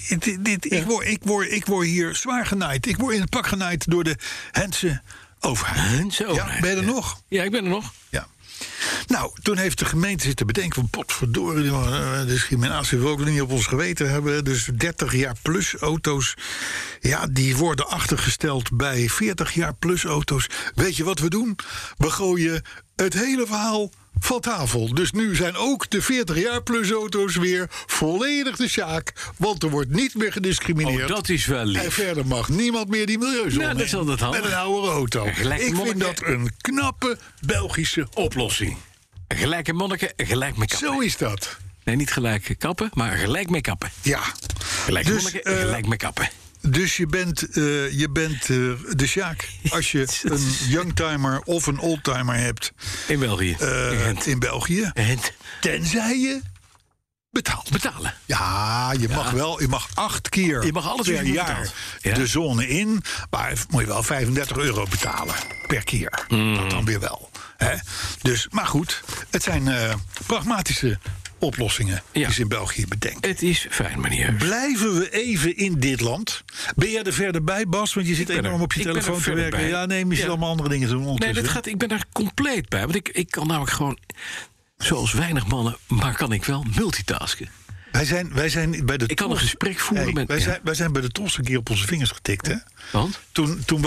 Ik word hier zwaar genaaid. Ik word in het pak genaaid door de Hentse overheid. Ja, ben je er nog? Ja, ik ben er nog. Ja. Nou, toen heeft de gemeente zitten bedenken van potverdorie, discriminatie wil ook niet op ons geweten hebben. Dus 30 jaar plus auto's, ja, die worden achtergesteld bij 40 jaar plus auto's. Weet je wat we doen? We gooien het hele verhaal van tafel. Dus nu zijn ook de 40 jaar plus auto's weer volledig de sjaak. Want er wordt niet meer gediscrimineerd. Oh, dat is wel lief. En verder mag niemand meer die milieuzone dat is altijd handig. met een oude auto. Ik vind dat een knappe Belgische oplossing. Gelijk monniken, gelijk mee kappen. Zo is dat. Nee, niet gelijk kappen, maar gelijk mee kappen. Ja. Gelijk monniken, gelijk mee kappen. Dus je bent de sjaak als je een youngtimer of een oldtimer hebt. In België. In België. Tenzij je betalen. Ja, je mag 8 keer je mag alles per jaar de zone in. Maar moet je wel €35 betalen per keer. Dat dan weer wel. Hè? Dus, maar goed, het zijn pragmatische oplossingen die ze in België bedenken. Het is fijn, meneer. Blijven we even in dit land? Ben jij er verder bij, Bas? Want je zit enorm op je telefoon te werken. Bij. Ja, nee, misschien allemaal andere dingen doen. Nee, ik ben daar compleet bij. Want ik kan namelijk gewoon, zoals weinig mannen, maar kan ik wel multitasken. Wij zijn bij de ik kan een gesprek voeren met... Wij zijn bij de TOS een keer op onze vingers getikt, hè? Want? Toen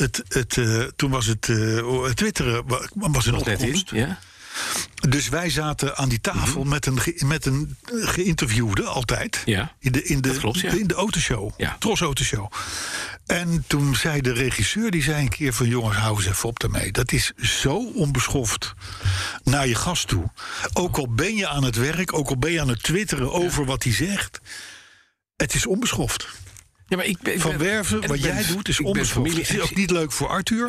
was het twitteren was in opkomst. Ja? Dus wij zaten aan die tafel met een geïnterviewde altijd. Ja, in de autoshow. Ja. Tros Autoshow. En toen zei de regisseur, die zei een keer van jongens, hou eens even op daarmee. Dat is zo onbeschoft naar je gast toe. Ook al ben je aan het werk, ook al ben je aan het twitteren over wat hij zegt. Het is onbeschoft. Ja, maar Van Werven, wat jij doet, is onbeschoft. Het is ook niet leuk voor Arthur.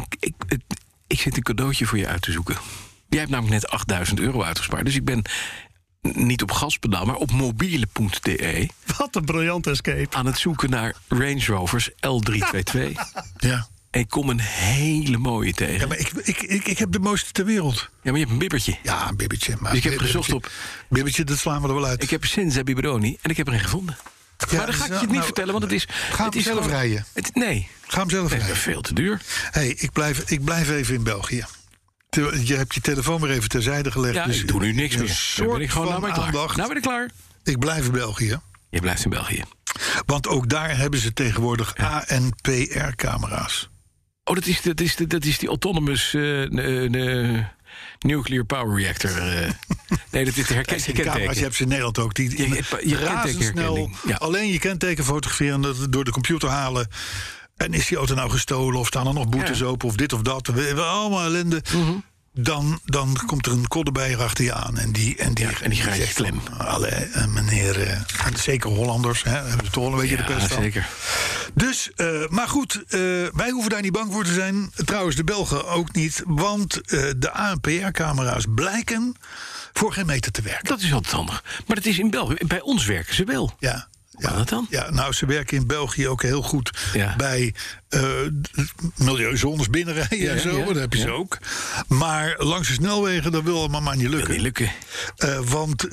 Ik zit een cadeautje voor je uit te zoeken. Jij hebt namelijk net €8.000 uitgespaard. Dus ik ben niet op gaspedaal, maar op mobiele.de. Wat een briljant escape. Aan het zoeken naar Range Rovers L322. Ja. En ik kom een hele mooie tegen. Ja, maar ik heb de mooiste ter wereld. Ja, maar je hebt een bibbertje. Ja, een bibbertje. Maar Dus ik heb gezocht op... Bibbertje, dat slaan we er wel uit. Ik heb Senza Biberoni en ik heb er een gevonden. Ja, maar dan ga ik je het niet vertellen, want het is... Ga hem zelf gewoon, rijden. Nee. Ga hem zelf rijden. Dat is veel te duur. Hey, ik blijf even in België. Je hebt je telefoon weer even terzijde gelegd. Ja, dus ik doe nu niks meer. Soort ben ik gewoon van aandacht. Nou ben ik klaar. Ik blijf in België. Je blijft in België. Want ook daar hebben ze tegenwoordig ANPR-camera's. Oh, dat is die autonomous nuclear power reactor. Nee, dat is de camera's, je hebt ze in Nederland ook. Die razendsnel alleen je kenteken fotograferen en door de computer halen. En is die auto nou gestolen of staan er nog boetes open of dit of dat. We hebben allemaal ellende. Mm-hmm. Dan komt er een koddenbijer achter je aan. En die krijgt je klem. Meneer, zeker Hollanders, hè, hebben ze toch wel een beetje de pest van. Zeker. Dus, maar goed, wij hoeven daar niet bang voor te zijn. Trouwens, de Belgen ook niet. Want de ANPR-camera's blijken voor geen meter te werken. Dat is altijd handig. Maar dat is in België. Bij ons werken ze wel. Ja. Hoe kan dat dan? Ja, nou, ze werken in België ook heel goed bij milieuzones binnenrijden en zo. Dat heb je ze ook. Maar langs de snelwegen, dat wil allemaal maar niet lukken. Dat niet lukken. Want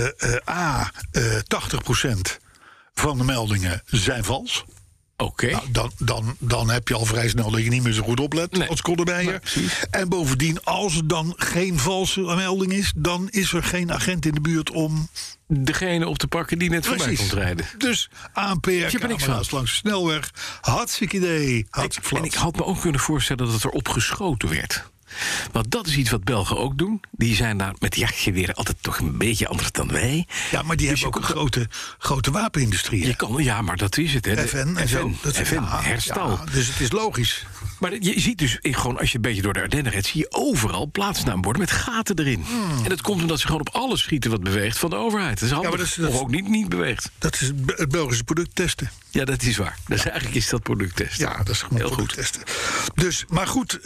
80% van de meldingen zijn vals. Oké. Nou, dan heb je al vrij snel dat je niet meer zo goed oplet als koddenbijer. En bovendien, als er dan geen valse melding is, dan is er geen agent in de buurt om degene op te pakken die net voorbij komt rijden. Dus ANPR-camera's langs de snelweg. Hartstikke idee. En ik had me ook kunnen voorstellen dat er op geschoten werd. Want dat is iets wat Belgen ook doen. Die zijn daar met jachtgeweren altijd toch een beetje anders dan wij. Ja, maar die hebben ook een grote wapenindustrie. Ja, maar dat is het. Hè. FN en zo. Herstal. Ja, dus het is logisch. Maar je ziet dus gewoon, als je een beetje door de Ardennen rijdt, zie je overal plaatsnaamborden met gaten erin. En dat komt omdat ze gewoon op alles schieten wat beweegt van de overheid. Dat is handig. Of ook niet beweegt. Dat is het Belgische product testen. Ja, dat is waar. Dus eigenlijk is dat product testen. Ja, dat is gewoon heel product goed testen. Dus, maar goed,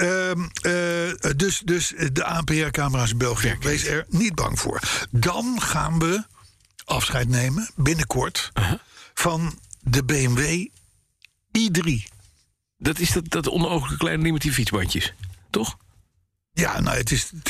dus de ANPR-camera's in België, wees er niet bang voor. Dan gaan we afscheid nemen, binnenkort, van de BMW i3. Dat is dat onooglijke kleine ding met die fietsbandjes, toch? Ja, nou, het is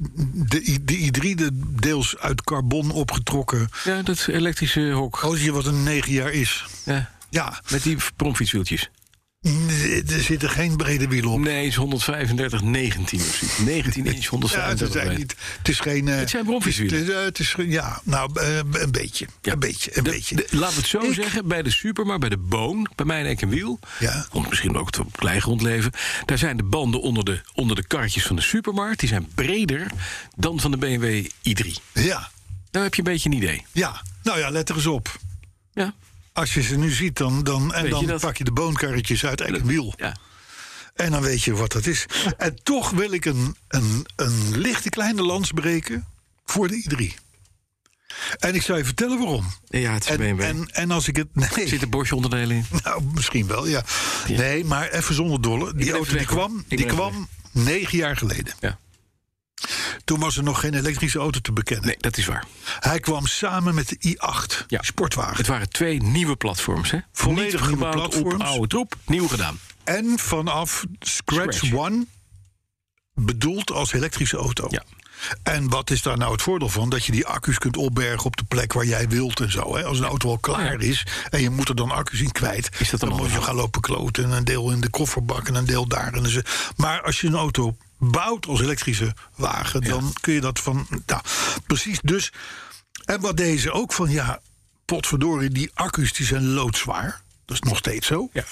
de i3, deels uit carbon opgetrokken. Ja, dat elektrische hok. Oh, zie je wat een 9 jaar is. Ja. Met die bromfietswieltjes. Er zitten geen brede wielen op. Nee, het is 135-19 of zoiets. 19 inch, 135. Ja, het is geen... het zijn bromfietswielen. Het is een beetje. Ja. Een beetje. Laten we het zo zeggen, bij de Supermar, bij de Boon, bij mij en Eck en Wiel, om misschien ook het kleigrond leven, daar zijn de banden onder de karretjes van de Supermarkt, die zijn breder dan van de BMW i3. Ja. Dan heb je een beetje een idee. Ja, nou ja, let er eens op. Ja. Als je ze nu ziet, dan pak je de boonkarretjes uit Eck en Wiel. Ja. En dan weet je wat dat is. En toch wil ik een lichte kleine lans breken voor de i3. En ik zou je vertellen waarom. Ja, het is BMW. En als ik het... Nee. Zit er Bosch-onderdelen in? Nou, misschien wel, ja. Nee, maar even zonder dolle. Die auto die kwam 9 jaar geleden. Ja. Toen was er nog geen elektrische auto te bekennen. Nee, dat is waar. Hij kwam samen met de i8, sportwagen. Het waren 2 nieuwe platforms, hè? Volledig nieuwe platforms. Op oude troep, nieuw gedaan. En vanaf scratch one bedoeld als elektrische auto. Ja. En wat is daar nou het voordeel van? Dat je die accu's kunt opbergen op de plek waar jij wilt en zo. Hè? Als een auto al klaar is en je moet er dan accu's in kwijt, is dat dan moet je gaan lopen kloten. En een deel in de kofferbak en een deel daar. Maar als je een auto bouwt als elektrische wagen, dan kun je dat van... Nou, precies dus. En wat deden ze ook van, potverdorie, die accu's die zijn loodzwaar. Dat is nog steeds zo. Ja.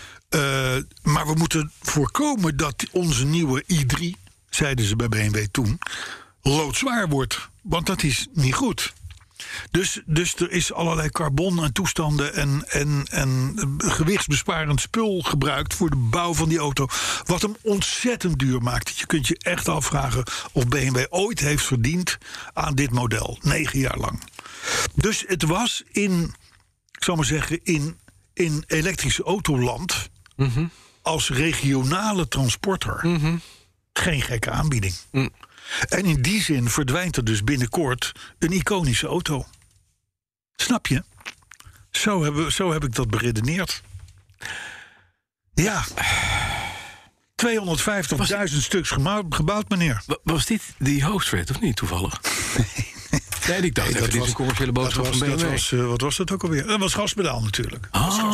Maar we moeten voorkomen dat onze nieuwe i3, zeiden ze bij BMW toen, loodzwaar wordt. Want dat is niet goed. Dus er is allerlei carbon en toestanden en gewichtsbesparend spul gebruikt voor de bouw van die auto. Wat hem ontzettend duur maakt. Je kunt je echt afvragen of BMW ooit heeft verdiend aan dit model. 9 jaar lang. Dus het was in elektrische autoland, als regionale transporter, geen gekke aanbieding. En in die zin verdwijnt er dus binnenkort een iconische auto. Snap je? Zo heb ik dat beredeneerd. Ja. 250.000 stuks gebouwd, meneer. Was dit die Hoofdstad of niet, toevallig? Nee, ik dacht dit is een commerciële boodschap van BMW. Wat was dat ook alweer? Dat was gaspedaal natuurlijk.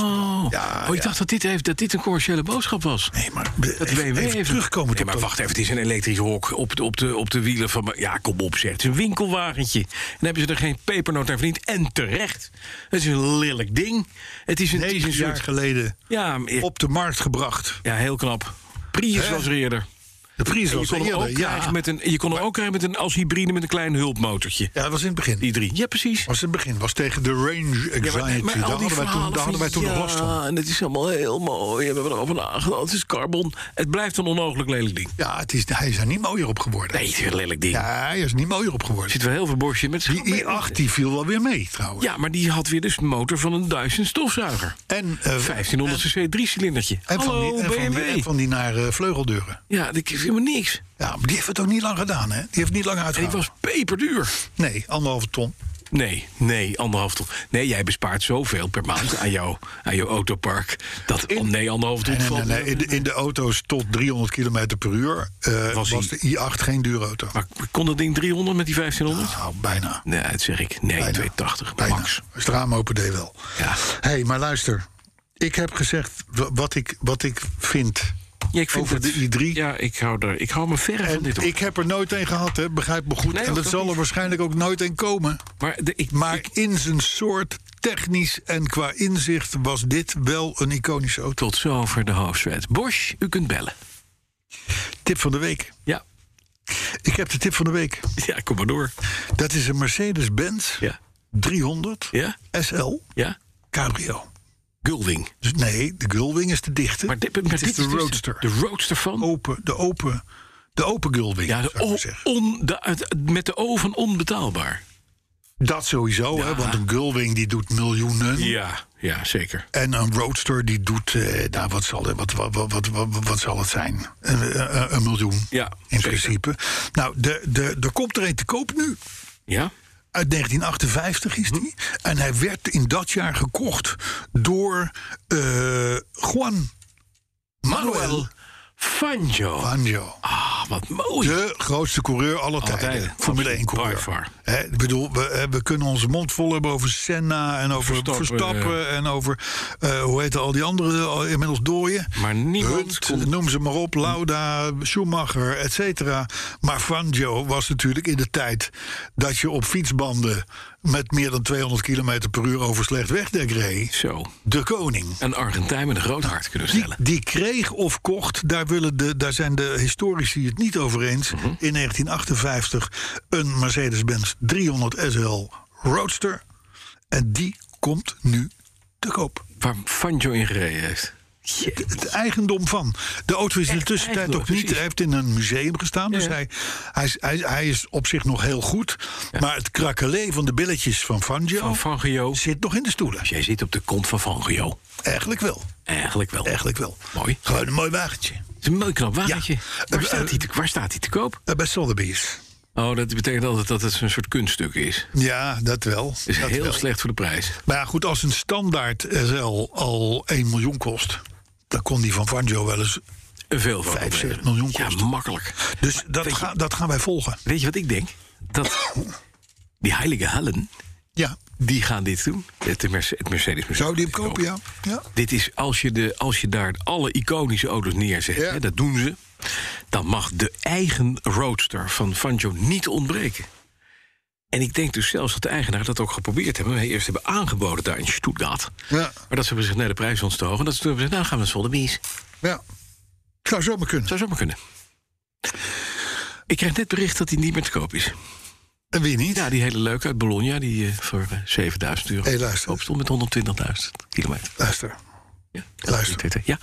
Ik dacht dat dit een commerciële boodschap was. Nee, maar dat BMW even terugkomen. Nee, maar wacht even, het is een elektrisch hok op de wielen van... Ja, kom op zeg, het is een winkelwagentje. En dan hebben ze er geen pepernoot aan verdiend. En terecht. Het is een lelijk ding. Het is 9 jaar geleden op de markt gebracht. Ja, heel knap. Prius was er eerder. De prijs was je kon hem ook krijgen als hybride met een klein hulpmotortje. Ja, dat was in het begin. Die 3. Ja, precies. Was in het begin. Was tegen de range anxiety. Maar daar hadden wij toen nog last van. En het is allemaal heel mooi. We hebben erover nagedacht. Het is carbon. Het blijft een onmogelijk lelijk ding. Ja, hij is er niet mooier op geworden. Nee, het is een lelijk ding. Ja, hij is niet mooier op geworden. Er zit wel heel veel borstje met... Die i8 die viel wel weer mee, trouwens. Ja, maar die had weer dus een motor van een Dyson stofzuiger. En 1500 cc 3-cilindertje. En van die naar vleugeldeuren. Ja, dat is helemaal niks. Ja, maar die heeft het ook niet lang gedaan, hè? Die heeft niet lang uitgehouden. En die was peperduur. Nee, 1,5 ton. Nee, 1,5 ton. Nee, jij bespaart zoveel per maand aan jouw autopark. Nee, 1,5 ton. Nee, in de auto's tot 300 km per uur was de i8 geen duurauto. Maar kon dat ding 300 met die 1500? Nou, bijna. Nee, dat zeg ik. Nee, bijna. 280, bijna. max. Als het raam open deed wel. Ja. Hé, maar luister. Ik heb gezegd wat ik vind... Ja, ik vind over de i3. Ja, ik hou me verre van dit op. Ik heb er nooit een gehad, hè, begrijp me goed. Nee, en dat zal er waarschijnlijk ook nooit een komen. Maar in zijn soort technisch en qua inzicht was dit wel een iconische auto. Tot zover de Hoofdstad. Bosch, u kunt bellen. Tip van de week. Ja. Ik heb de tip van de week. Ja, kom maar door. Dat is een Mercedes-Benz 300 SL Cabrio. Gullwing. Dus nee, de Gullwing is de dichte. Maar dit is de Roadster. De Roadster van? De open Gullwing. Ja, met de O van onbetaalbaar. Dat sowieso, hè, want een Gullwing die doet miljoenen. Ja, zeker. En een Roadster die doet, wat zal het zijn? Een miljoen, in principe. Nou, er komt er een te koop nu. Ja. Uit 1958 is die. En hij werd in dat jaar gekocht door Juan Manuel Fangio. Ah, wat mooi. De grootste coureur aller tijden. Formule 1 coureur. Ik bedoel, we kunnen onze mond vol hebben over Senna en over Verstappen en over, hoe heet al die andere inmiddels dooien. Maar niemand noem ze maar op, Lauda, Schumacher, et cetera. Maar Fangio was natuurlijk in de tijd dat je op fietsbanden met meer dan 200 km per uur over slecht wegdek reed. Zo. De koning. Een Argentijn met een groot hart kunnen stellen. Die kreeg of kocht, daar zijn de historici het niet over eens. In 1958 een Mercedes-Benz 300 SL Roadster. En die komt nu te koop. Waar Fangio in gereden heeft. Het eigendom van. De auto is in de tussentijd ook niet. Hij heeft in een museum gestaan. Dus hij is op zich nog heel goed. Ja. Maar het krakelé van de billetjes van Fangio zit nog in de stoelen. Dus jij zit op de kont van Fangio. Eigenlijk wel. Mooi. Gewoon een mooi wagentje. Het is een mooi knap wagentje. Ja. Waar staat hij te koop? Bij Sotheby's. Oh, dat betekent altijd dat het een soort kunststuk is. Ja, dat wel. Het is heel slecht voor de prijs. Maar ja, goed, als een standaard SL al 1 miljoen kost, dan kon die van Fangio wel eens veel van 5-6 miljoen kosten. Ja, makkelijk. Dus dat gaan wij volgen. Weet je wat ik denk? Dat die heilige Hallen, die gaan dit doen. Het Mercedes. Zou die hem kopen, ja. Dit is, als je daar alle iconische auto's neerzet, hè, dat doen ze, dan mag de eigen Roadster van Fangio niet ontbreken. En ik denk dus zelfs dat de eigenaar dat ook geprobeerd hebben. We eerst hebben aangeboden daar in Stuttgart. Ja. Maar dat ze hebben gezegd, nee, de prijs ontstogen. Dat ze toen hebben gezegd, nou gaan we naar Sotheby's. Ja, zou zomaar kunnen. Ik krijg net bericht dat hij niet meer te koop is. En wie niet? Ja, die hele leuke uit Bologna, die voor €7.000 luister. stond met 120.000 kilometer. Luister. Ja, luister. Ja.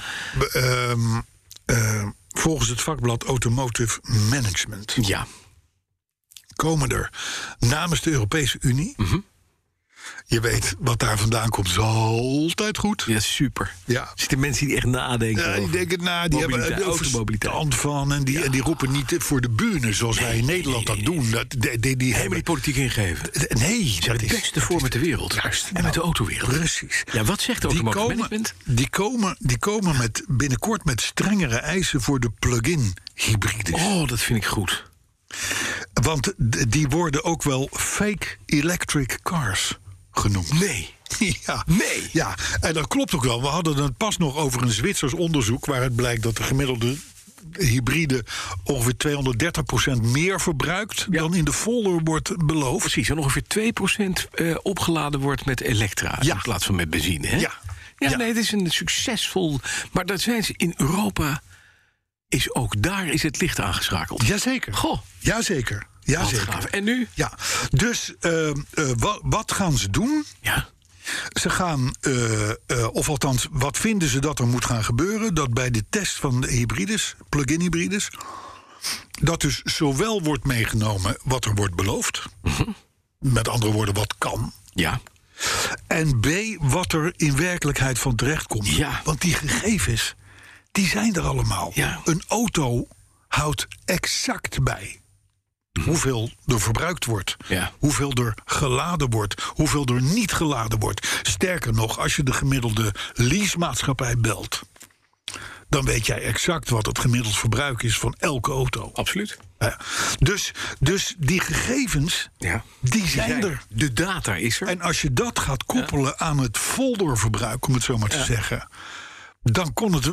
Volgens het vakblad Automotive Management... Ja. komen er namens de Europese Unie Je weet, wat daar vandaan komt, is altijd goed. Ja, super. Ja. Zitten mensen die echt nadenken. Ja, die denken na, die hebben er verstand van. En die roepen niet voor de bühne, zoals wij in Nederland dat doen. Die helemaal die politiek ingeven. Nee, dat is de beste vormen ter wereld. Juist. En met de autowereld. Precies. Ja, wat zegt de automotive management? Die komen binnenkort met strengere eisen voor de plug-in hybrides. Oh, dat vind ik goed. Want die worden ook wel fake electric cars genoemd. Nee. Ja. Nee. Ja, en dat klopt ook wel. We hadden het pas nog over een Zwitsers onderzoek waaruit blijkt dat de gemiddelde hybride ongeveer 230% meer verbruikt dan in de folder wordt beloofd. Precies, en ongeveer 2% opgeladen wordt met elektra in plaats van met benzine. Hè? Ja, nee, het is een succesvol. Maar dat zijn ze in Europa. Daar is het licht aangeschakeld. Jazeker. Goh. Jazeker. Jazeker. En nu? Ja, dus wat gaan ze doen? Ja. Ze gaan, of althans, wat vinden ze dat er moet gaan gebeuren? Dat bij de test van de hybrides, plug-in hybrides, dat dus zowel wordt meegenomen wat er wordt beloofd. Mm-hmm. Met andere woorden, wat kan. Ja. En B, wat er in werkelijkheid van terecht komt. Ja. Want die gegevens, die zijn er allemaal. Ja. Een auto houdt exact bij hoeveel er verbruikt wordt, hoeveel er geladen wordt, hoeveel er niet geladen wordt. Sterker nog, als je de gemiddelde leasemaatschappij belt, dan weet jij exact wat het gemiddeld verbruik is van elke auto. Absoluut. Dus die gegevens, die zijn er. De data is er. En als je dat gaat koppelen aan het folderverbruik, om het zo maar te zeggen, dan kon het.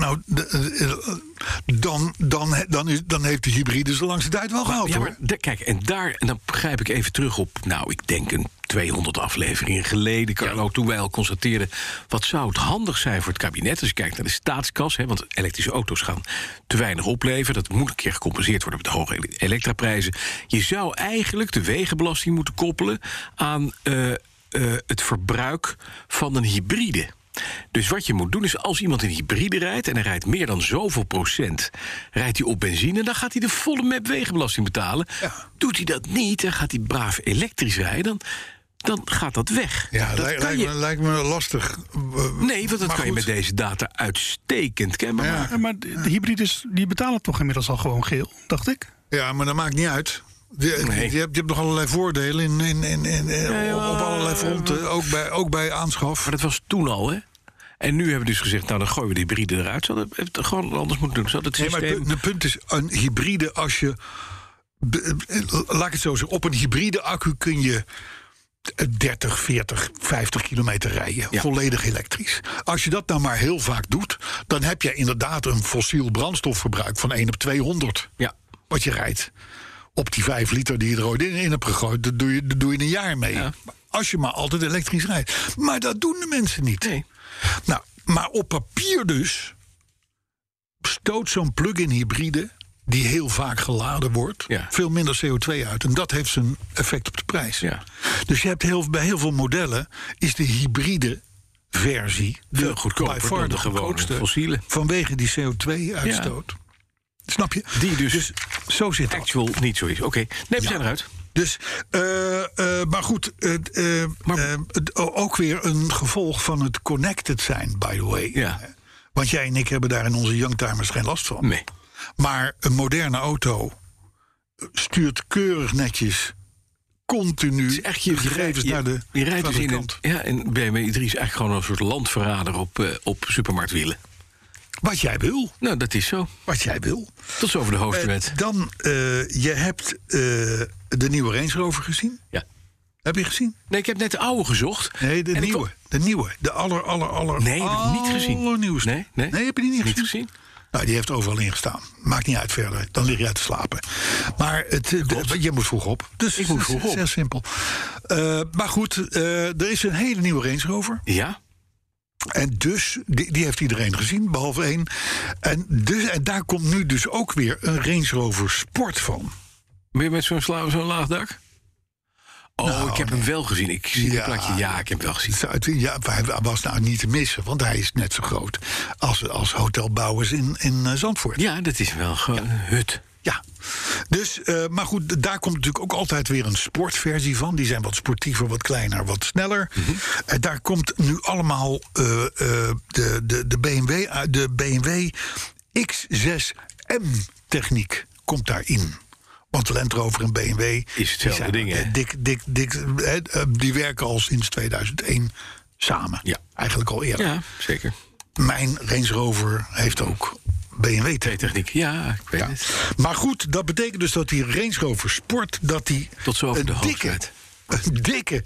Dan heeft de hybride zo langs de tijd wel gehaald. Ja, maar kijk, en dan grijp ik even terug op. Nou, ik denk een 200 afleveringen geleden, Carlo, toen wij al constateerden, wat zou het handig zijn voor het kabinet als je kijkt naar de staatskas, hè, want elektrische auto's gaan te weinig opleveren. Dat moet een keer gecompenseerd worden met de hoge elektraprijzen. Je zou eigenlijk de wegenbelasting moeten koppelen aan het verbruik van een hybride. Dus wat je moet doen is, als iemand een hybride rijdt en hij rijdt meer dan zoveel procent, rijdt hij op benzine, dan gaat hij de volle map wegenbelasting betalen. Ja. Doet hij dat niet en gaat hij braaf elektrisch rijden, dan gaat dat weg. Ja, lijkt me lastig. Nee, want dat kan je met deze data uitstekend kenbaar maken. Ja, maar de hybrides die betalen toch inmiddels al gewoon geel, dacht ik? Ja, maar dat maakt niet uit. Je hebt nog allerlei voordelen op allerlei fronten, ook bij aanschaf. Maar dat was toen al, hè? En nu hebben we dus gezegd, nou dan gooien we de hybride eruit. Zouden we het gewoon anders moeten doen. Het systeem... Nee, maar het punt is, een hybride, als je, laat ik het zo zeggen, op een hybride accu kun je 30, 40, 50 kilometer rijden. Ja. Volledig elektrisch. Als je dat nou maar heel vaak doet, dan heb je inderdaad een fossiel brandstofverbruik van 1 op 200. Ja. Wat je rijdt. Op die 5 liter die je er ooit in hebt gegooid, dat doe je een jaar mee. Ja. Als je maar altijd elektrisch rijdt. Maar dat doen de mensen niet. Nee. Nou, maar op papier dus stoot zo'n plug-in hybride, die heel vaak geladen wordt, veel minder CO2 uit. En dat heeft zijn effect op de prijs. Ja. Dus je hebt bij heel veel modellen is de hybride versie veel goedkoper dan de gewone fossiele. Vanwege die CO2-uitstoot. Ja. Snap je? Die dus zo zit het. Actual niet zo is. Oké. Nee, we zijn eruit. Dus, maar goed, ook weer een gevolg van het connected zijn, by the way. Ja. Want jij en ik hebben daar in onze youngtimers geen last van. Nee. Maar een moderne auto stuurt keurig netjes continu echt gegevens naar de je rijdt dus in BMW i3 is eigenlijk gewoon een soort landverrader op supermarktwielen. Wat jij wil. Nou, dat is zo. Wat jij wil. Tot zover de hoofdwet. Dan, je hebt de nieuwe Range Rover gezien? Ja. Heb je gezien? Nee, ik heb net de oude gezocht. Nee, de nieuwe. De nieuwe. De aller Nee, heb ik niet gezien. Allernieuwste. Nee, heb je die niet gezien? Nou, die heeft overal ingestaan. Maakt niet uit verder. Dan lig je uit te slapen. Maar je moet vroeg op. Dus ik moet vroeg op. Heel simpel. Maar goed, er is een hele nieuwe Range Rover. Ja. En dus, die heeft iedereen gezien, behalve één. En daar komt nu dus ook weer een Range Rover Sport van. Ben je met zo'n laag dak? Oh, ik heb hem wel gezien. Ik zie het plaatje. Ja, ik heb hem wel gezien. Ja, hij was nou niet te missen, want hij is net zo groot als hotelbouwers in Zandvoort. Ja, dat is wel gewoon een hut. Ja, Dus, maar goed, daar komt natuurlijk ook altijd weer een sportversie van. Die zijn wat sportiever, wat kleiner, wat sneller. Daar komt nu allemaal de BMW X6M techniek komt daarin. Want Land Rover en BMW is hetzelfde ding, hè? Die werken al sinds 2001 samen. Ja. Eigenlijk al eerder. Ja, zeker. Mijn Range Rover heeft ook BMW-techniek. Ja, ik weet het. Maar goed, dat betekent dus dat die Range Rover Sport... dat die tot zo over de een dikke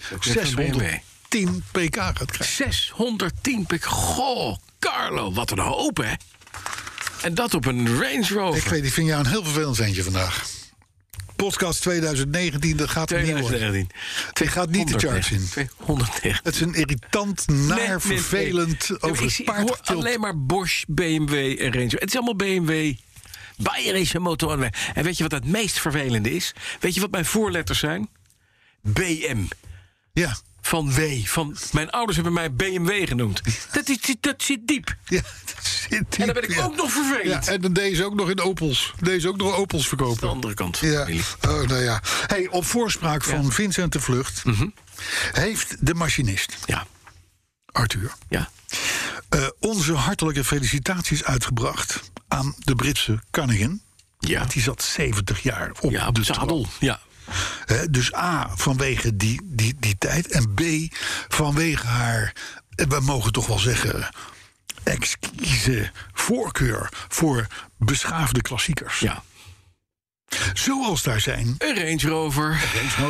610 pk gaat krijgen. 610 pk. Goh, Carlo, wat een hoop, hè? En dat op een Range Rover. Ik weet, ik vind jou een heel vervelend eentje vandaag. Podcast 2019, dat gaat er niet worden. Die gaat niet de charts in. 290. Het is een irritant, vervelend, over het paard getild. Alleen maar Bosch, BMW en Range. Het is allemaal BMW. Bayer is een motor. En weet je wat het meest vervelende is? Weet je wat mijn voorletters zijn? BM. Ja. Van W. Mijn ouders hebben mij BMW genoemd. Dat zit diep. Ja, dat zit diep. En dan ben ik ook nog vervelend. Ja, en dan deze ook nog in Opels. Deze ook nog Opels verkopen. De andere kant. Ja. Oh, nou ja. Hey, op voorspraak van Vincent de Vlucht... heeft de machinist... Ja. Arthur... Ja. Onze hartelijke felicitaties uitgebracht... aan de Britse koningin. Ja. Die zat 70 jaar op de zadel. Ja. Dus A, vanwege die tijd. En B, vanwege haar, we mogen toch wel zeggen... exquise voorkeur voor beschaafde klassiekers. Ja. Zoals daar zijn... Een Range Rover.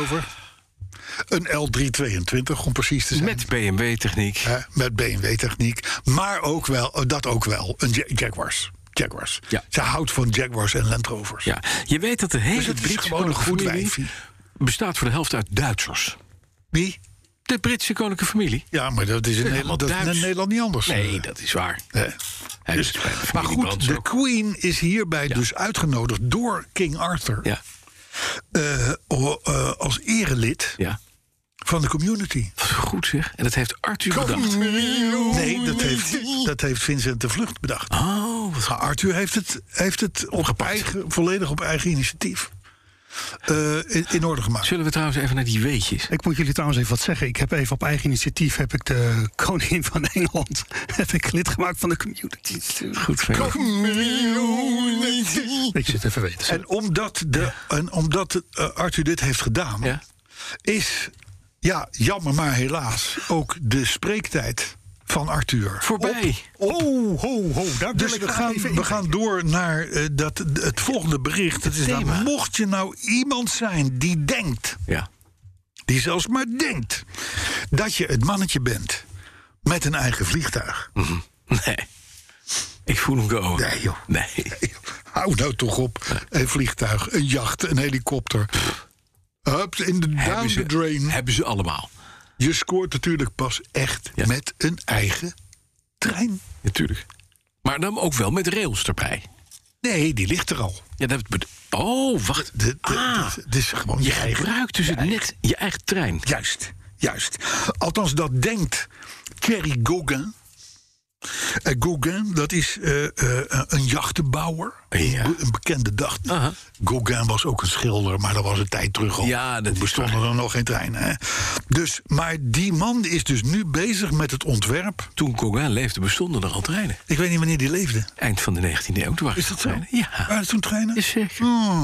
Een L322, om precies te zijn. Met BMW-techniek. Met BMW-techniek. Maar ook wel, een Jaguars. Ja. Ze houdt van Jaguars en Land Rovers. Ja. Je weet dat de hele Britse koninklijke familie bestaat voor de helft uit Duitsers. Wie? De Britse koninklijke familie. Ja, maar dat is in Nederland niet anders. Nee, dat is waar. Dus, maar goed, de Queen is hierbij dus uitgenodigd door King Arthur. Ja. Als erelid van de community. Goed zeg. En dat heeft Arthur bedacht. Nee, dat heeft Vincent de Vlucht bedacht. Oh, wat Arthur heeft het volledig op eigen initiatief in orde gemaakt. Zullen we trouwens even naar die weetjes? Ik moet jullie trouwens even wat zeggen. Ik heb even op eigen initiatief de koningin van Engeland lid gemaakt van de community. Goed van ik zit even weten. En omdat Arthur dit heeft gedaan, is jammer maar helaas ook de spreektijd van Arthur voorbij. Daar dus we gaan door naar het volgende bericht. Het is mocht je nou iemand zijn die denkt, die zelfs maar denkt, dat je het mannetje bent met een eigen vliegtuig. Nee. Ik voel hem komen. Nee, joh. Nee. Hou nou toch op. Een vliegtuig, een jacht, een helikopter. In de down the drain. Hebben ze allemaal. Je scoort natuurlijk pas echt met een eigen trein. Natuurlijk. Maar dan ook wel met rails erbij. Nee, die ligt er al. Ja, wacht. Het is gewoon je gebruikt dus net je eigen trein. Juist. Althans, dat denkt Thierry Gauguin. Gauguin, dat is een jachtenbouwer. Een bekende dag. Gauguin was ook een schilder, maar dat was een tijd terug al. Ja, dat bestonden er nog geen treinen. Dus, maar die man is dus nu bezig met het ontwerp. Toen Gauguin leefde, bestonden er al treinen. Ik weet niet wanneer die leefde. Eind van de 19e eeuw. Toen is dat zo? Treinen. Ja. Waren er toen treinen? Is zeker.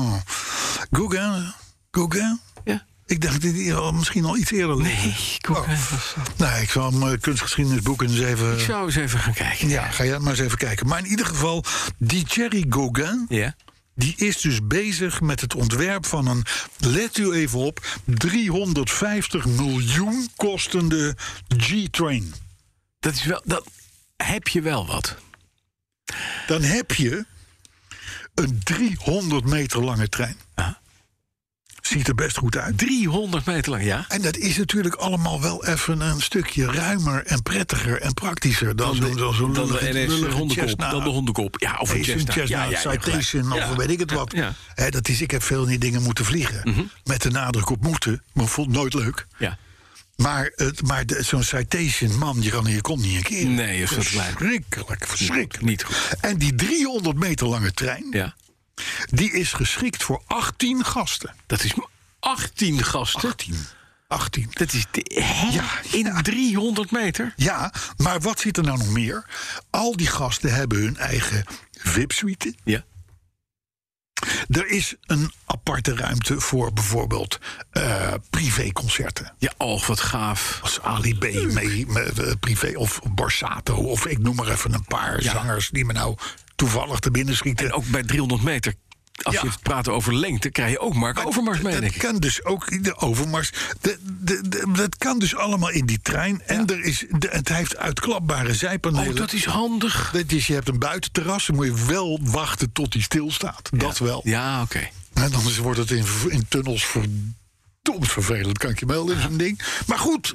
Gauguin? Ja. Ik dacht dat hij misschien al iets eerder leefde. Nee, Gauguin was... ik zal hem kunstgeschiedenisboek eens even... Ik zou eens even gaan kijken. Ja, ga jij maar eens even kijken. Maar in ieder geval, die Thierry Gauguin... die is dus bezig met het ontwerp van een... let u even op, 350 miljoen kostende G-train. Dat is wel... Dat heb je wel wat. Dan heb je een 300 meter lange trein. Ziet er best goed uit. 300 meter lang, ja. En dat is natuurlijk allemaal wel even een stukje ruimer en prettiger en praktischer dan zo'n de hondenkop. Ja, of een Cessna. Citation, of weet ik het wat. Ja. Ik heb veel in die dingen moeten vliegen. Met de nadruk op moeten, maar vond het nooit leuk. Ja. Maar zo'n Citation, man, je kon niet een keer. Nee, is dat verschrikkelijk. Niet goed. En die 300 meter lange trein... Die is geschikt voor 18 gasten. Dat is 18 gasten? 18. Dat is in 300 meter? Ja, maar wat zit er nou nog meer? Al die gasten hebben hun eigen VIP-suite. Ja. Er is een aparte ruimte voor bijvoorbeeld privéconcerten. Ja, wat gaaf. Als Ali B mee privé of Borsato of ik noem maar even een paar zangers die me nou toevallig te binnen schieten. En ook bij 300 meter, als je praat over lengte, krijg je ook Mark Overmars mee. Dat kan dus ook de Overmars. Dat kan dus allemaal in die trein. En het heeft uitklapbare zijpanelen. Oh, dat is handig. Je hebt een buitenterras. Dan moet je wel wachten tot die stilstaat. Dat wel. Ja, oké. En dan wordt het in tunnels verdomd vervelend, kan ik je melden, zo'n ding. Maar goed,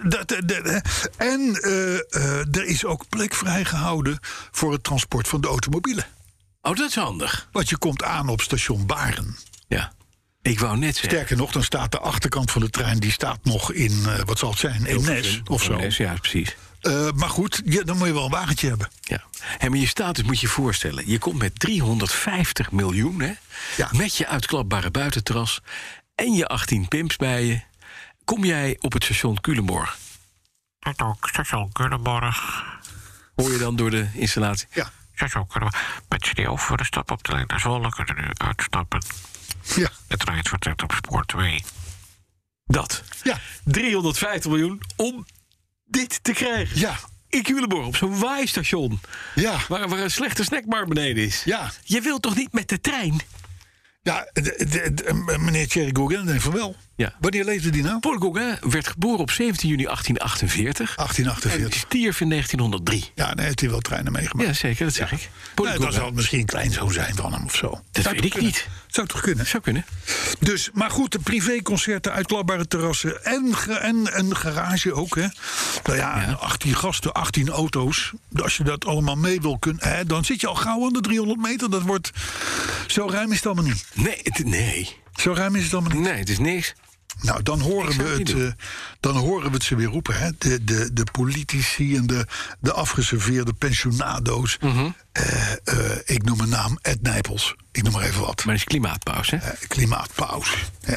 er is ook plek vrijgehouden voor het transport van de automobielen. Oh, dat is handig. Want je komt aan op station Baren. Ja, ik wou net zeggen. Sterker nog, dan staat de achterkant van de trein, die staat nog in, wat zal het zijn, in Nes of zo. Nes, ja, precies. Maar goed, dan moet je wel een wagentje hebben. Ja. Maar je status moet je voorstellen. Je komt met 350 miljoen, hè? Ja. Met je uitklapbare buitenterras en je 18 pimps bij je. Kom jij op het station Culemborg? Station Culemborg. Hoor je dan door de installatie? Ja. Station Culemborg. Mensen die over de stap op de lijn naar Zwolle kunnen nu uitstappen. Ja. De trein vertrekt op spoor 2. Dat. Ja. 350 miljoen om dit te krijgen. Ja. In Culemborg, op zo'n waaistation. Ja. Waar een slechte snackbar beneden is. Ja. Je wilt toch niet met de trein? Ja, meneer Thierry Gauguin denkt van wel. Ja. Wanneer leefde die nou? Paul Gauguin werd geboren op 17 juni 1848. 1848. En stierf in 1903. Ja, dan heeft hij wel treinen meegemaakt. Ja, zeker, dat zeg ik. Dan zal het misschien een kleinzoon zijn van hem of zo. Dat weet ik niet. Zou toch kunnen? Zou kunnen. Dus, maar goed, de privéconcerten, uitklapbare terrassen en een garage ook, hè. Nou ja, 18 gasten, 18 auto's. Als je dat allemaal mee wil kunnen, dan zit je al gauw aan de 300 meter. Dat wordt... Zo ruim is het allemaal niet. Nee. Zo ruim is het allemaal niet. Nee, het is niks. Nou, dan horen we het ze weer roepen, hè? De politici en de afgeserveerde pensionado's. Ik noem een naam, Ed Nijpels. Ik noem maar even wat. Maar het is klimaatpauze, hè? Klimaatpauze.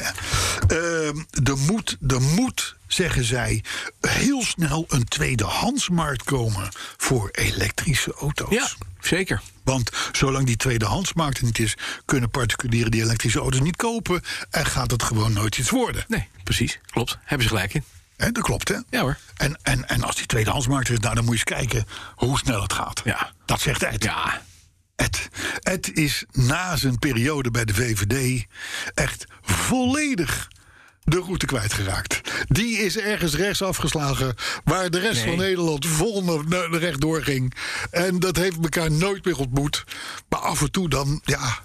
Er moet, zeggen zij, heel snel een tweedehandsmarkt komen voor elektrische auto's. Ja, zeker. Want zolang die tweedehandsmarkt er niet is, kunnen particulieren die elektrische auto's niet kopen en gaat het gewoon nooit iets worden. Nee, precies. Klopt. Hebben ze gelijk in. Dat klopt, hè? Ja hoor. En als die tweedehandsmarkt er is, nou, dan moet je eens kijken hoe snel het gaat. Ja. Dat zegt Ed. Ja. Ed is na zijn periode bij de VVD echt volledig de route kwijtgeraakt. Die is ergens rechts afgeslagen, waar de rest van Nederland vol rechtdoor ging. En dat heeft elkaar nooit meer ontmoet. Maar af en toe dan,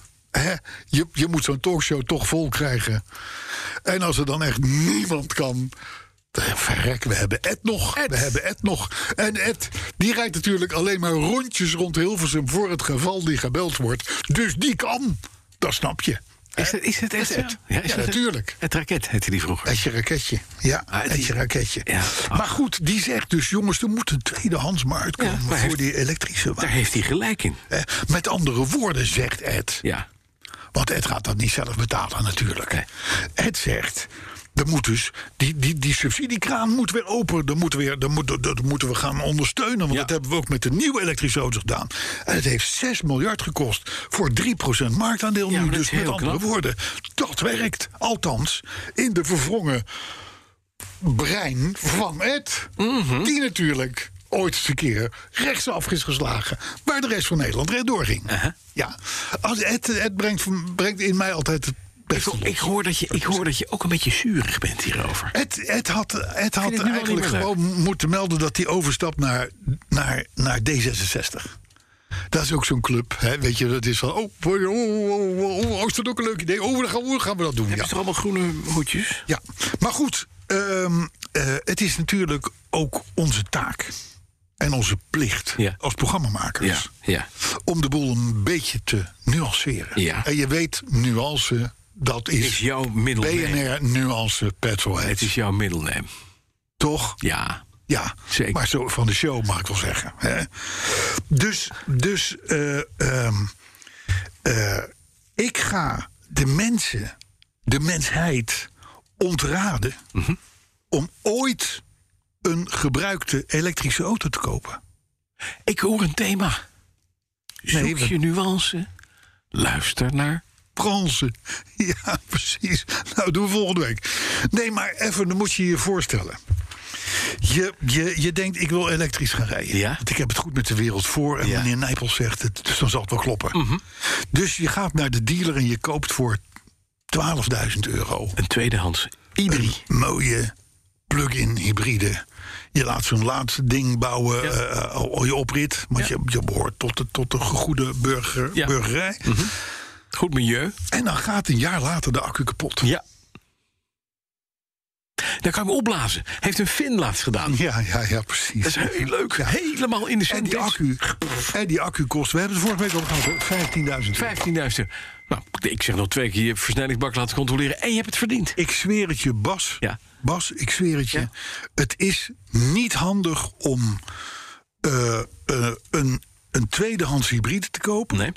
je moet zo'n talkshow toch vol krijgen. En als er dan echt niemand kan... Verrek, we hebben Ed nog. We hebben Ed nog. En Ed, die rijdt natuurlijk alleen maar rondjes rond Hilversum voor het geval die gebeld wordt. Dus die kan. Dat snap je. Is het Ed? Ja, natuurlijk. Het raket heette die vroeger. Edje Raketje. Ja, Edje Raketje. Ja. Maar goed, die zegt dus, jongens, er moet een tweedehandsmarkt komen voor die elektrische wagen. Daar heeft hij gelijk in. Met andere woorden zegt Ed. Ja. Want Ed gaat dat niet zelf betalen natuurlijk. Nee. Ed zegt... Er moet dus, die subsidiekraan moet weer open. Dat moeten we gaan ondersteunen. Want dat hebben we ook met de nieuwe elektrische auto's gedaan. En het heeft 6 miljard gekost voor 3% marktaandeel nu. Dus met andere woorden, dat werkt. Althans, in de verwrongen brein van Ed. Die natuurlijk ooit eens een keer rechtsaf is geslagen. Waar de rest van Nederland rechtdoor ging. Ja. Ed brengt in mij altijd het... Ik hoor dat je ook een beetje zuurig bent hierover. Het had eigenlijk gewoon moeten melden dat hij overstapt naar D66. Dat is ook zo'n club, hè? Weet je, dat is van... is dat ook een leuk idee? Dan gaan we dat doen. Hebben ze toch allemaal groene hoedjes? Ja, maar goed, het is natuurlijk ook onze taak... en onze plicht als programmamakers... om de boel een beetje te nuanceren. Ja. En je weet, nuance... Dat is jouw middelneem. BNR Nuance Petrolheads. Het is jouw middelneem. Toch? Ja. Ja, zeker. Maar zo van de show mag ik wel zeggen. Hè? Dus Ik ga de mensheid ontraden om ooit een gebruikte elektrische auto te kopen. Ik hoor een thema. Zoek je nuance. Luister naar Bransen. Ja, precies. Nou, doen we volgende week. Nee, maar even, dan moet je je voorstellen. Je denkt, ik wil elektrisch gaan rijden. Ja? Want ik heb het goed met de wereld voor. En meneer Nijpels zegt het, dus dan zal het wel kloppen. Dus je gaat naar de dealer en je koopt voor €12.000. een tweedehands i3. Een mooie plug-in hybride. Je laat zo'n laatste ding bouwen, je oprit. Want je behoort tot de goede burgerij. Goed milieu. En dan gaat een jaar later de accu kapot. Ja. Dan kan je hem opblazen. Heeft een Fin laatst gedaan. Ja, precies. Dat is heel leuk. Ja. Helemaal in de En die accu kost, we hebben het vorige week al gehad, €15.000. €15.000. Nou, ik zeg nog 2 keer je versnellingsbak laten controleren. En je hebt het verdiend. Ik zweer het je, Bas. Ja. Bas, ik zweer het je. Ja. Het is niet handig om een tweedehands hybride te kopen. Nee.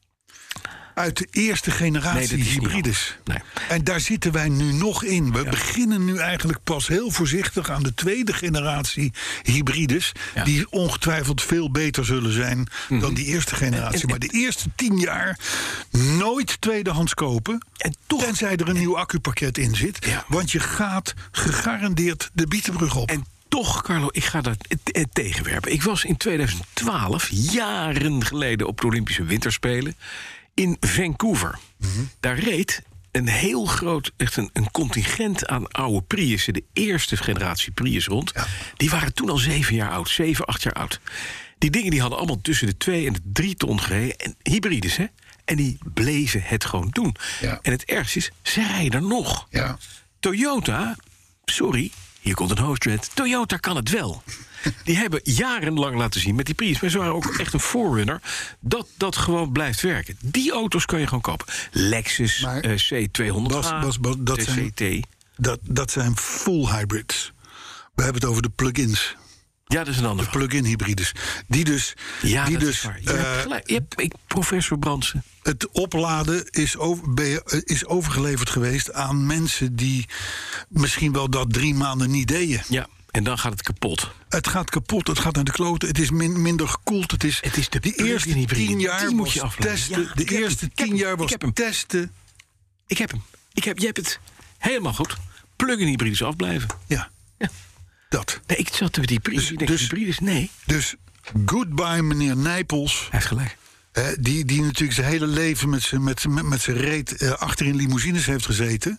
Uit de eerste generatie hybrides. Nee. En daar zitten wij nu nog in. We beginnen nu eigenlijk pas heel voorzichtig aan de tweede generatie hybrides. Ja. Die ongetwijfeld veel beter zullen zijn dan die eerste generatie. Maar de eerste 10 jaar nooit tweedehands kopen. En toch, tenzij er een nieuw accupakket in zit. Ja. Want je gaat gegarandeerd de Bietenbrug op. En toch, Carlo, ik ga dat tegenwerpen. Ik was in 2012, jaren geleden, op de Olympische Winterspelen in Vancouver. Daar reed een heel groot, echt een contingent aan oude Priussen, de eerste generatie Prius rond. Ja. Die waren toen al 7 jaar oud, 7, 8 jaar oud. Die dingen die hadden allemaal tussen de 2 en de 3 ton gereden. En hybrides, hè? En die bleven het gewoon doen. Ja. En het ergste is, ze rijden nog. Ja. Toyota, sorry, hier komt een hoofdred. Toyota kan het wel. Die hebben jarenlang laten zien met die Prius, maar ze waren ook echt een forerunner, dat gewoon blijft werken. Die auto's kan je gewoon kopen. Lexus C200H, CT. Dat zijn full hybrids. We hebben het over de plug-ins. Ja, dat is een ander. De plug-in hybrides. Die dus. Ja, die dat dus, is waar. Je hebt gelijk. Professor Brandsen. Het opladen is overgeleverd geweest aan mensen die misschien wel dat 3 maanden niet deden. Ja. En dan gaat het kapot. Het gaat kapot, het gaat naar de kloten. Het is minder gekoeld. Het is de eerste 10 jaar moet je testen. Ja, de eerste 10 jaar was testen. Ik heb hem. Je hebt het helemaal goed. Plug-in hybrides afblijven. Ja. Dat. Nee, ik zat met die hybrides. Nee. Dus goodbye, meneer Nijpels. Hij heeft gelijk. Die natuurlijk zijn hele leven met zijn reet achter in limousines heeft gezeten.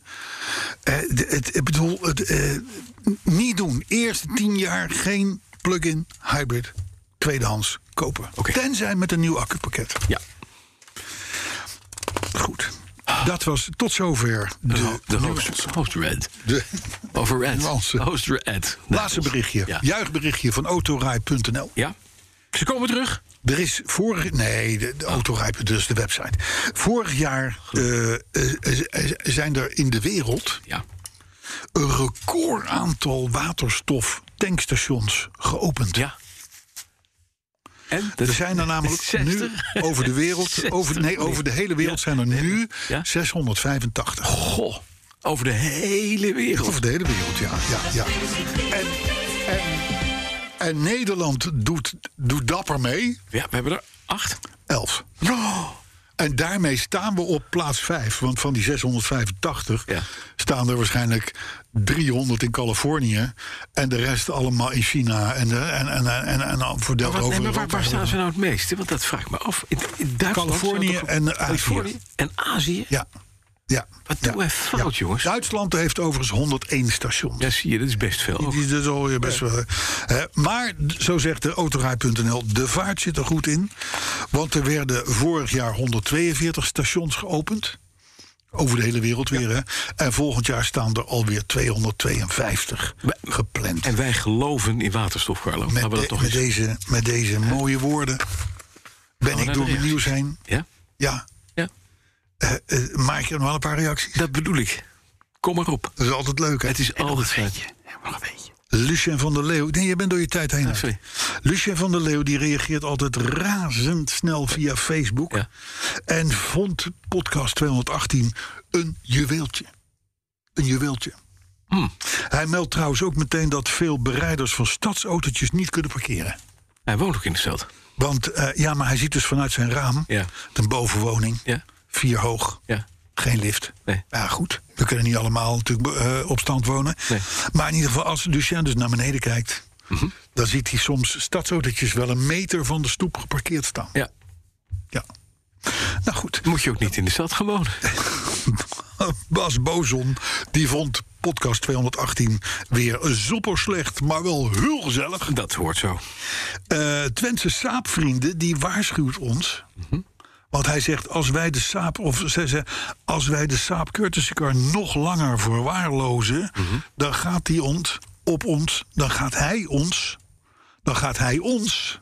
Ik bedoel, niet doen. Eerste 10 jaar geen plug-in hybrid tweedehands kopen. Okay. Tenzij met een nieuw accupakket. Ja. Goed. Dat was tot zover de hoofdred. Hoofdred. Laatste berichtje. Ja. Juichberichtje van autorij.nl. Ja. Ze komen terug. Er is de Autorijp, dus de website. Vorig jaar zijn er in de wereld een record aantal waterstof-tankstations geopend. Ja. En? Er zijn er namelijk 60? Nu over de wereld, over de hele wereld zijn er nu 685. Goh, over de hele wereld. Over de hele wereld, ja. En Nederland doet dapper mee. Ja, we hebben er 8. 11. Oh. En daarmee staan we op plaats 5. Want van die 685 staan er waarschijnlijk 300 in Californië. En de rest allemaal in China. En verdeeld over Europa. Waar staan ze nou het meeste? Want dat vraag ik me af. In Duitsland, Californië en Azië. En Azië? Ja. Wat doen wij fout, jongens? Duitsland heeft overigens 101 stations. Ja, zie je, dat is best veel. Dat is al best wel. Maar, zo zegt de autorij.nl, de vaart zit er goed in. Want er werden vorig jaar 142 stations geopend. Over de hele wereld weer, hè. En volgend jaar staan er alweer 252 gepland. En wij geloven in waterstof, Carlo. Met deze mooie woorden ben ik door het nieuws heen. Ja? Ja. Maak je nog wel een paar reacties? Dat bedoel ik. Kom maar op. Dat is altijd leuk, hè? Het is altijd fijn. Nog een beetje. Lucien van der Leeuw. Nee, je bent door je tijd heen. Sorry. Lucien van der Leeuw die reageert altijd razendsnel via Facebook. Ja. En vond podcast 218 een juweeltje. Een juweeltje. Hij meldt trouwens ook meteen dat veel bereiders van stadsautootjes niet kunnen parkeren. Hij woont ook in de stad. Want maar hij ziet dus vanuit zijn raam een bovenwoning. Ja. 4 hoog. Ja. Geen lift. Nee. Ja, goed. We kunnen niet allemaal natuurlijk op stand wonen. Nee. Maar in ieder geval, als Lucien dus naar beneden kijkt... dan ziet hij soms stadsautootjes wel 1 meter van de stoep geparkeerd staan. Ja. Ja. Nou goed. Moet je ook niet in de stad gaan wonen. Bas Bozon, die vond podcast 218 weer super slecht, maar wel heel gezellig. Dat hoort zo. Twentse Saapvrienden, die waarschuwt ons... Want hij zegt, als wij de Saab Courtesy Car nog langer verwaarlozen... dan gaat hij ons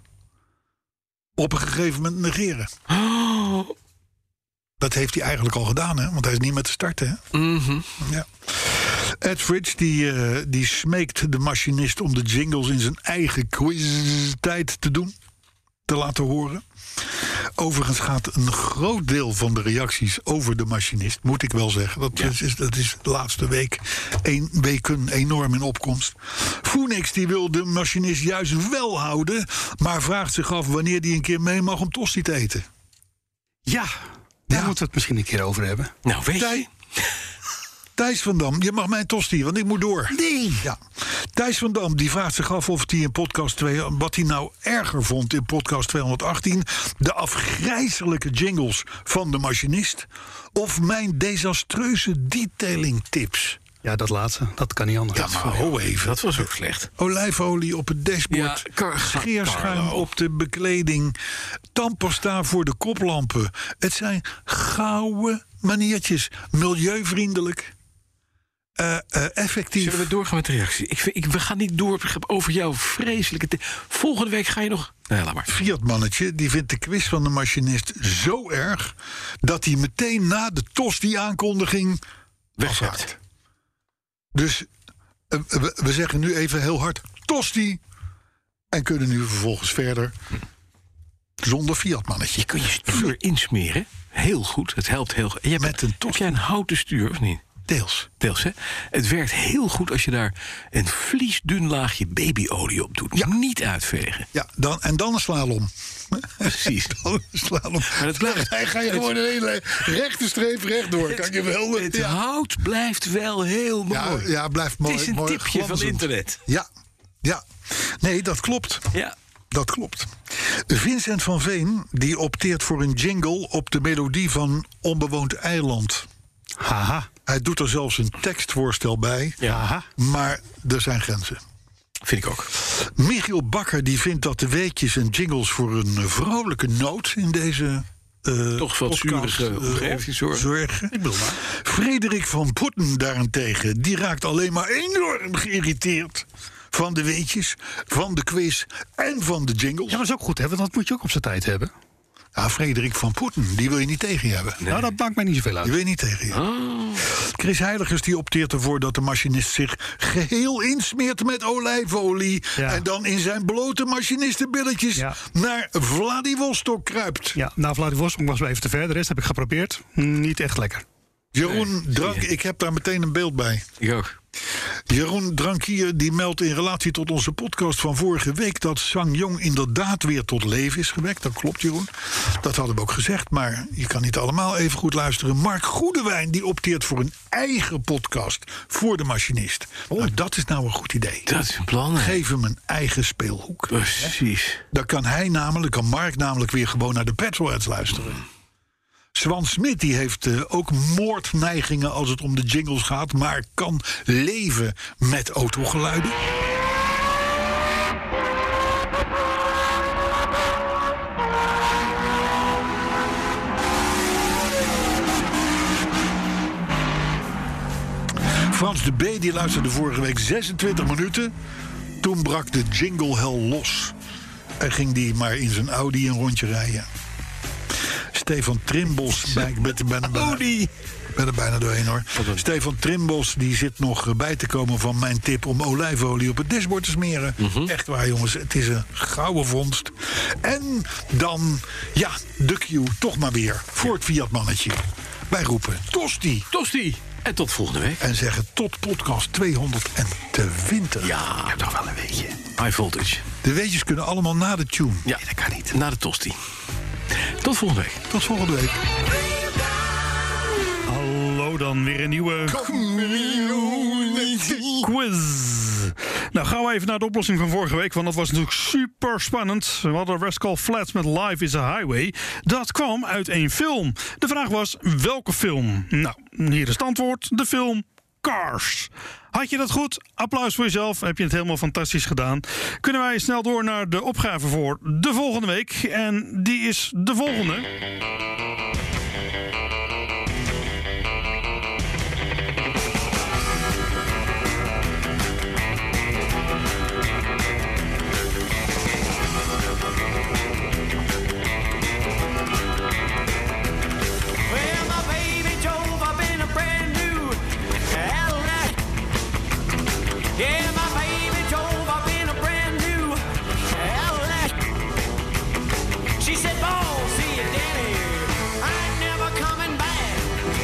op een gegeven moment negeren. Oh. Dat heeft hij eigenlijk al gedaan, hè? Want hij is niet met te starten, hè? Ja. Ed Fridge die smeekt de machinist om de jingles in zijn eigen quiz-tijd te laten horen. Overigens gaat een groot deel van de reacties over de machinist, moet ik wel zeggen. Dat is de laatste weken enorm in opkomst. Phoenix die wil de machinist juist wel houden, maar vraagt zich af wanneer die een keer mee mag om tosti te eten. Ja, daar moeten we het misschien een keer over hebben. Nou, weet je... Thijs van Dam, je mag mijn tosti, want ik moet door. Nee. Ja. Thijs van Dam die vraagt zich af of hij in podcast 2... wat hij nou erger vond in podcast 218... de afgrijzelijke jingles van de machinist... of mijn desastreuze detailing tips. Ja, dat laatste, dat kan niet anders. Ja, maar ho even. Dat was ook slecht. Olijfolie op het dashboard, scheerschuim op de bekleding... tandpasta voor de koplampen. Het zijn gouden maniertjes. Milieuvriendelijk. Effectief. Zullen we doorgaan met de reactie? We gaan niet door over jouw vreselijke... Volgende week ga je nog... Nee, laat maar. Fiat-mannetje, die vindt de quiz van de machinist zo erg... dat hij meteen na de tosti-aankondiging wegzet. Dus we zeggen nu even heel hard tosti... en kunnen nu vervolgens verder zonder Fiat-mannetje. Je kunt je stuur insmeren. Heel goed, het helpt heel goed. Heb jij een houten stuur, of niet? Deels, hè? Het werkt heel goed als je daar een vliesdun laagje babyolie op doet. Ja. Niet uitvegen. Ja, dan een slalom. Precies. Dan een slalom. Maar het blijft... Hij ga je gewoon een hele rechte streep rechtdoor. Kan je wel. Het hout blijft wel heel mooi. Ja, blijft mooi. Het is een mooi tipje glanzend. van internet. Ja. Nee, dat klopt. Ja. Dat klopt. Vincent van Veen die opteert voor een jingle op de melodie van Onbewoond Eiland. Haha. Hij doet er zelfs een tekstvoorstel bij. Ja. Maar er zijn grenzen. Vind ik ook. Michiel Bakker die vindt dat de weetjes en jingles voor een vrolijke noot in deze toch wat zurige omgeving zorgen. Ik bedoel maar. Frederik van Putten daarentegen, die raakt alleen maar enorm geïrriteerd van de weetjes, van de quiz en van de jingles. Ja, maar dat is ook goed, hè? Want dat moet je ook op zijn tijd hebben. Ja, Frederik van Putten, die wil je niet tegen je hebben. Nee. Nou, dat maakt mij niet zoveel uit. Die wil je niet tegen je hebben. Oh. Chris Heiligers die opteert ervoor dat de machinist zich geheel insmeert met olijfolie. Ja. En dan in zijn blote machinistenbilletjes naar Vladivostok kruipt. Ja, nou, Vladivostok was wel even te ver. De rest heb ik geprobeerd. Niet echt lekker. Jeroen Drank, ik heb daar meteen een beeld bij. Ik ook. Jeroen Drankier die meldt in relatie tot onze podcast van vorige week dat Sang-Yong inderdaad weer tot leven is gewekt. Dat klopt, Jeroen. Dat hadden we ook gezegd, maar je kan niet allemaal even goed luisteren. Mark Goedewijn die opteert voor een eigen podcast voor de machinist. Nou, dat is nou een goed idee. Dat is een plan. Geef hem een eigen speelhoek. Precies. Dan kan Mark namelijk weer gewoon naar de Petrolheads luisteren. Swan Smit die heeft ook moordneigingen als het om de jingles gaat, maar kan leven met autogeluiden. Frans de B die luisterde vorige week 26 minuten. Toen brak de jingle hell los. En ging die maar in zijn Audi een rondje rijden. Stefan Trimbos ben er bijna doorheen, hoor. Stefan Trimbos die zit nog bij te komen van mijn tip om olijfolie op het dashboard te smeren. Echt waar, jongens. Het is een gouden vondst. En dan, de Q toch maar weer voor het Fiat-mannetje. Wij roepen Tosti. Tosti. En tot volgende week. En zeggen tot podcast 220. Ja, toch wel een weetje. High voltage. De weetjes kunnen allemaal na de tune. Ja, dat kan niet. Na de Tosti. Tot volgende week. Tot volgende week. Hallo dan, weer een nieuwe quiz. Nou, gaan we even naar de oplossing van vorige week, want dat was natuurlijk super spannend. We hadden Rascal Flatts met Life is a Highway. Dat kwam uit een film. De vraag was, welke film? Nou, hier is het antwoord. De film Cars. Had je dat goed? Applaus voor jezelf. Heb je het helemaal fantastisch gedaan. Kunnen wij snel door naar de opgave voor de volgende week. En die is de volgende. Yeah, my baby drove up in a brand new Cadillac. She said, "Oh, see you, Danny. I'm never coming back."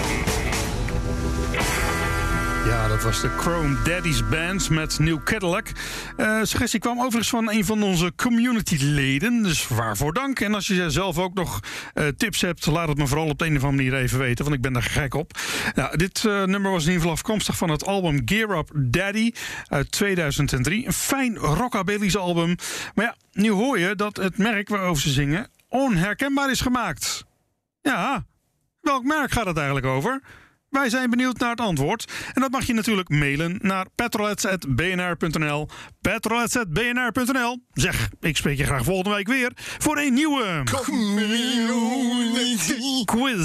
Ja, dat was de Chrome Daddy's Band met New Cadillac. Suggestie kwam overigens van een van onze communityleden. Dus waarvoor dank. En als je zelf ook nog tips hebt, laat het me vooral op de een of andere manier even weten. Want ik ben daar gek op. Nou, dit nummer was in ieder geval afkomstig van het album Gear Up Daddy uit 2003. Een fijn rockabilly's album. Maar ja, nu hoor je dat het merk waarover ze zingen onherkenbaar is gemaakt. Ja, welk merk gaat het eigenlijk over? Wij zijn benieuwd naar het antwoord. En dat mag je natuurlijk mailen naar petrolheads@bnr.nl. Petrolheads@bnr.nl. Zeg, ik spreek je graag volgende week weer voor een nieuwe quiz.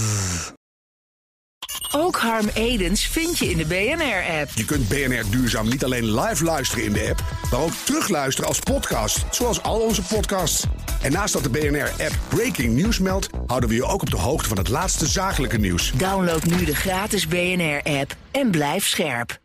Ook Harm Edens vind je in de BNR-app. Je kunt BNR Duurzaam niet alleen live luisteren in de app, maar ook terugluisteren als podcast, zoals al onze podcasts. En naast dat de BNR-app Breaking News meldt, houden we je ook op de hoogte van het laatste zakelijke nieuws. Download nu de gratis BNR-app en blijf scherp.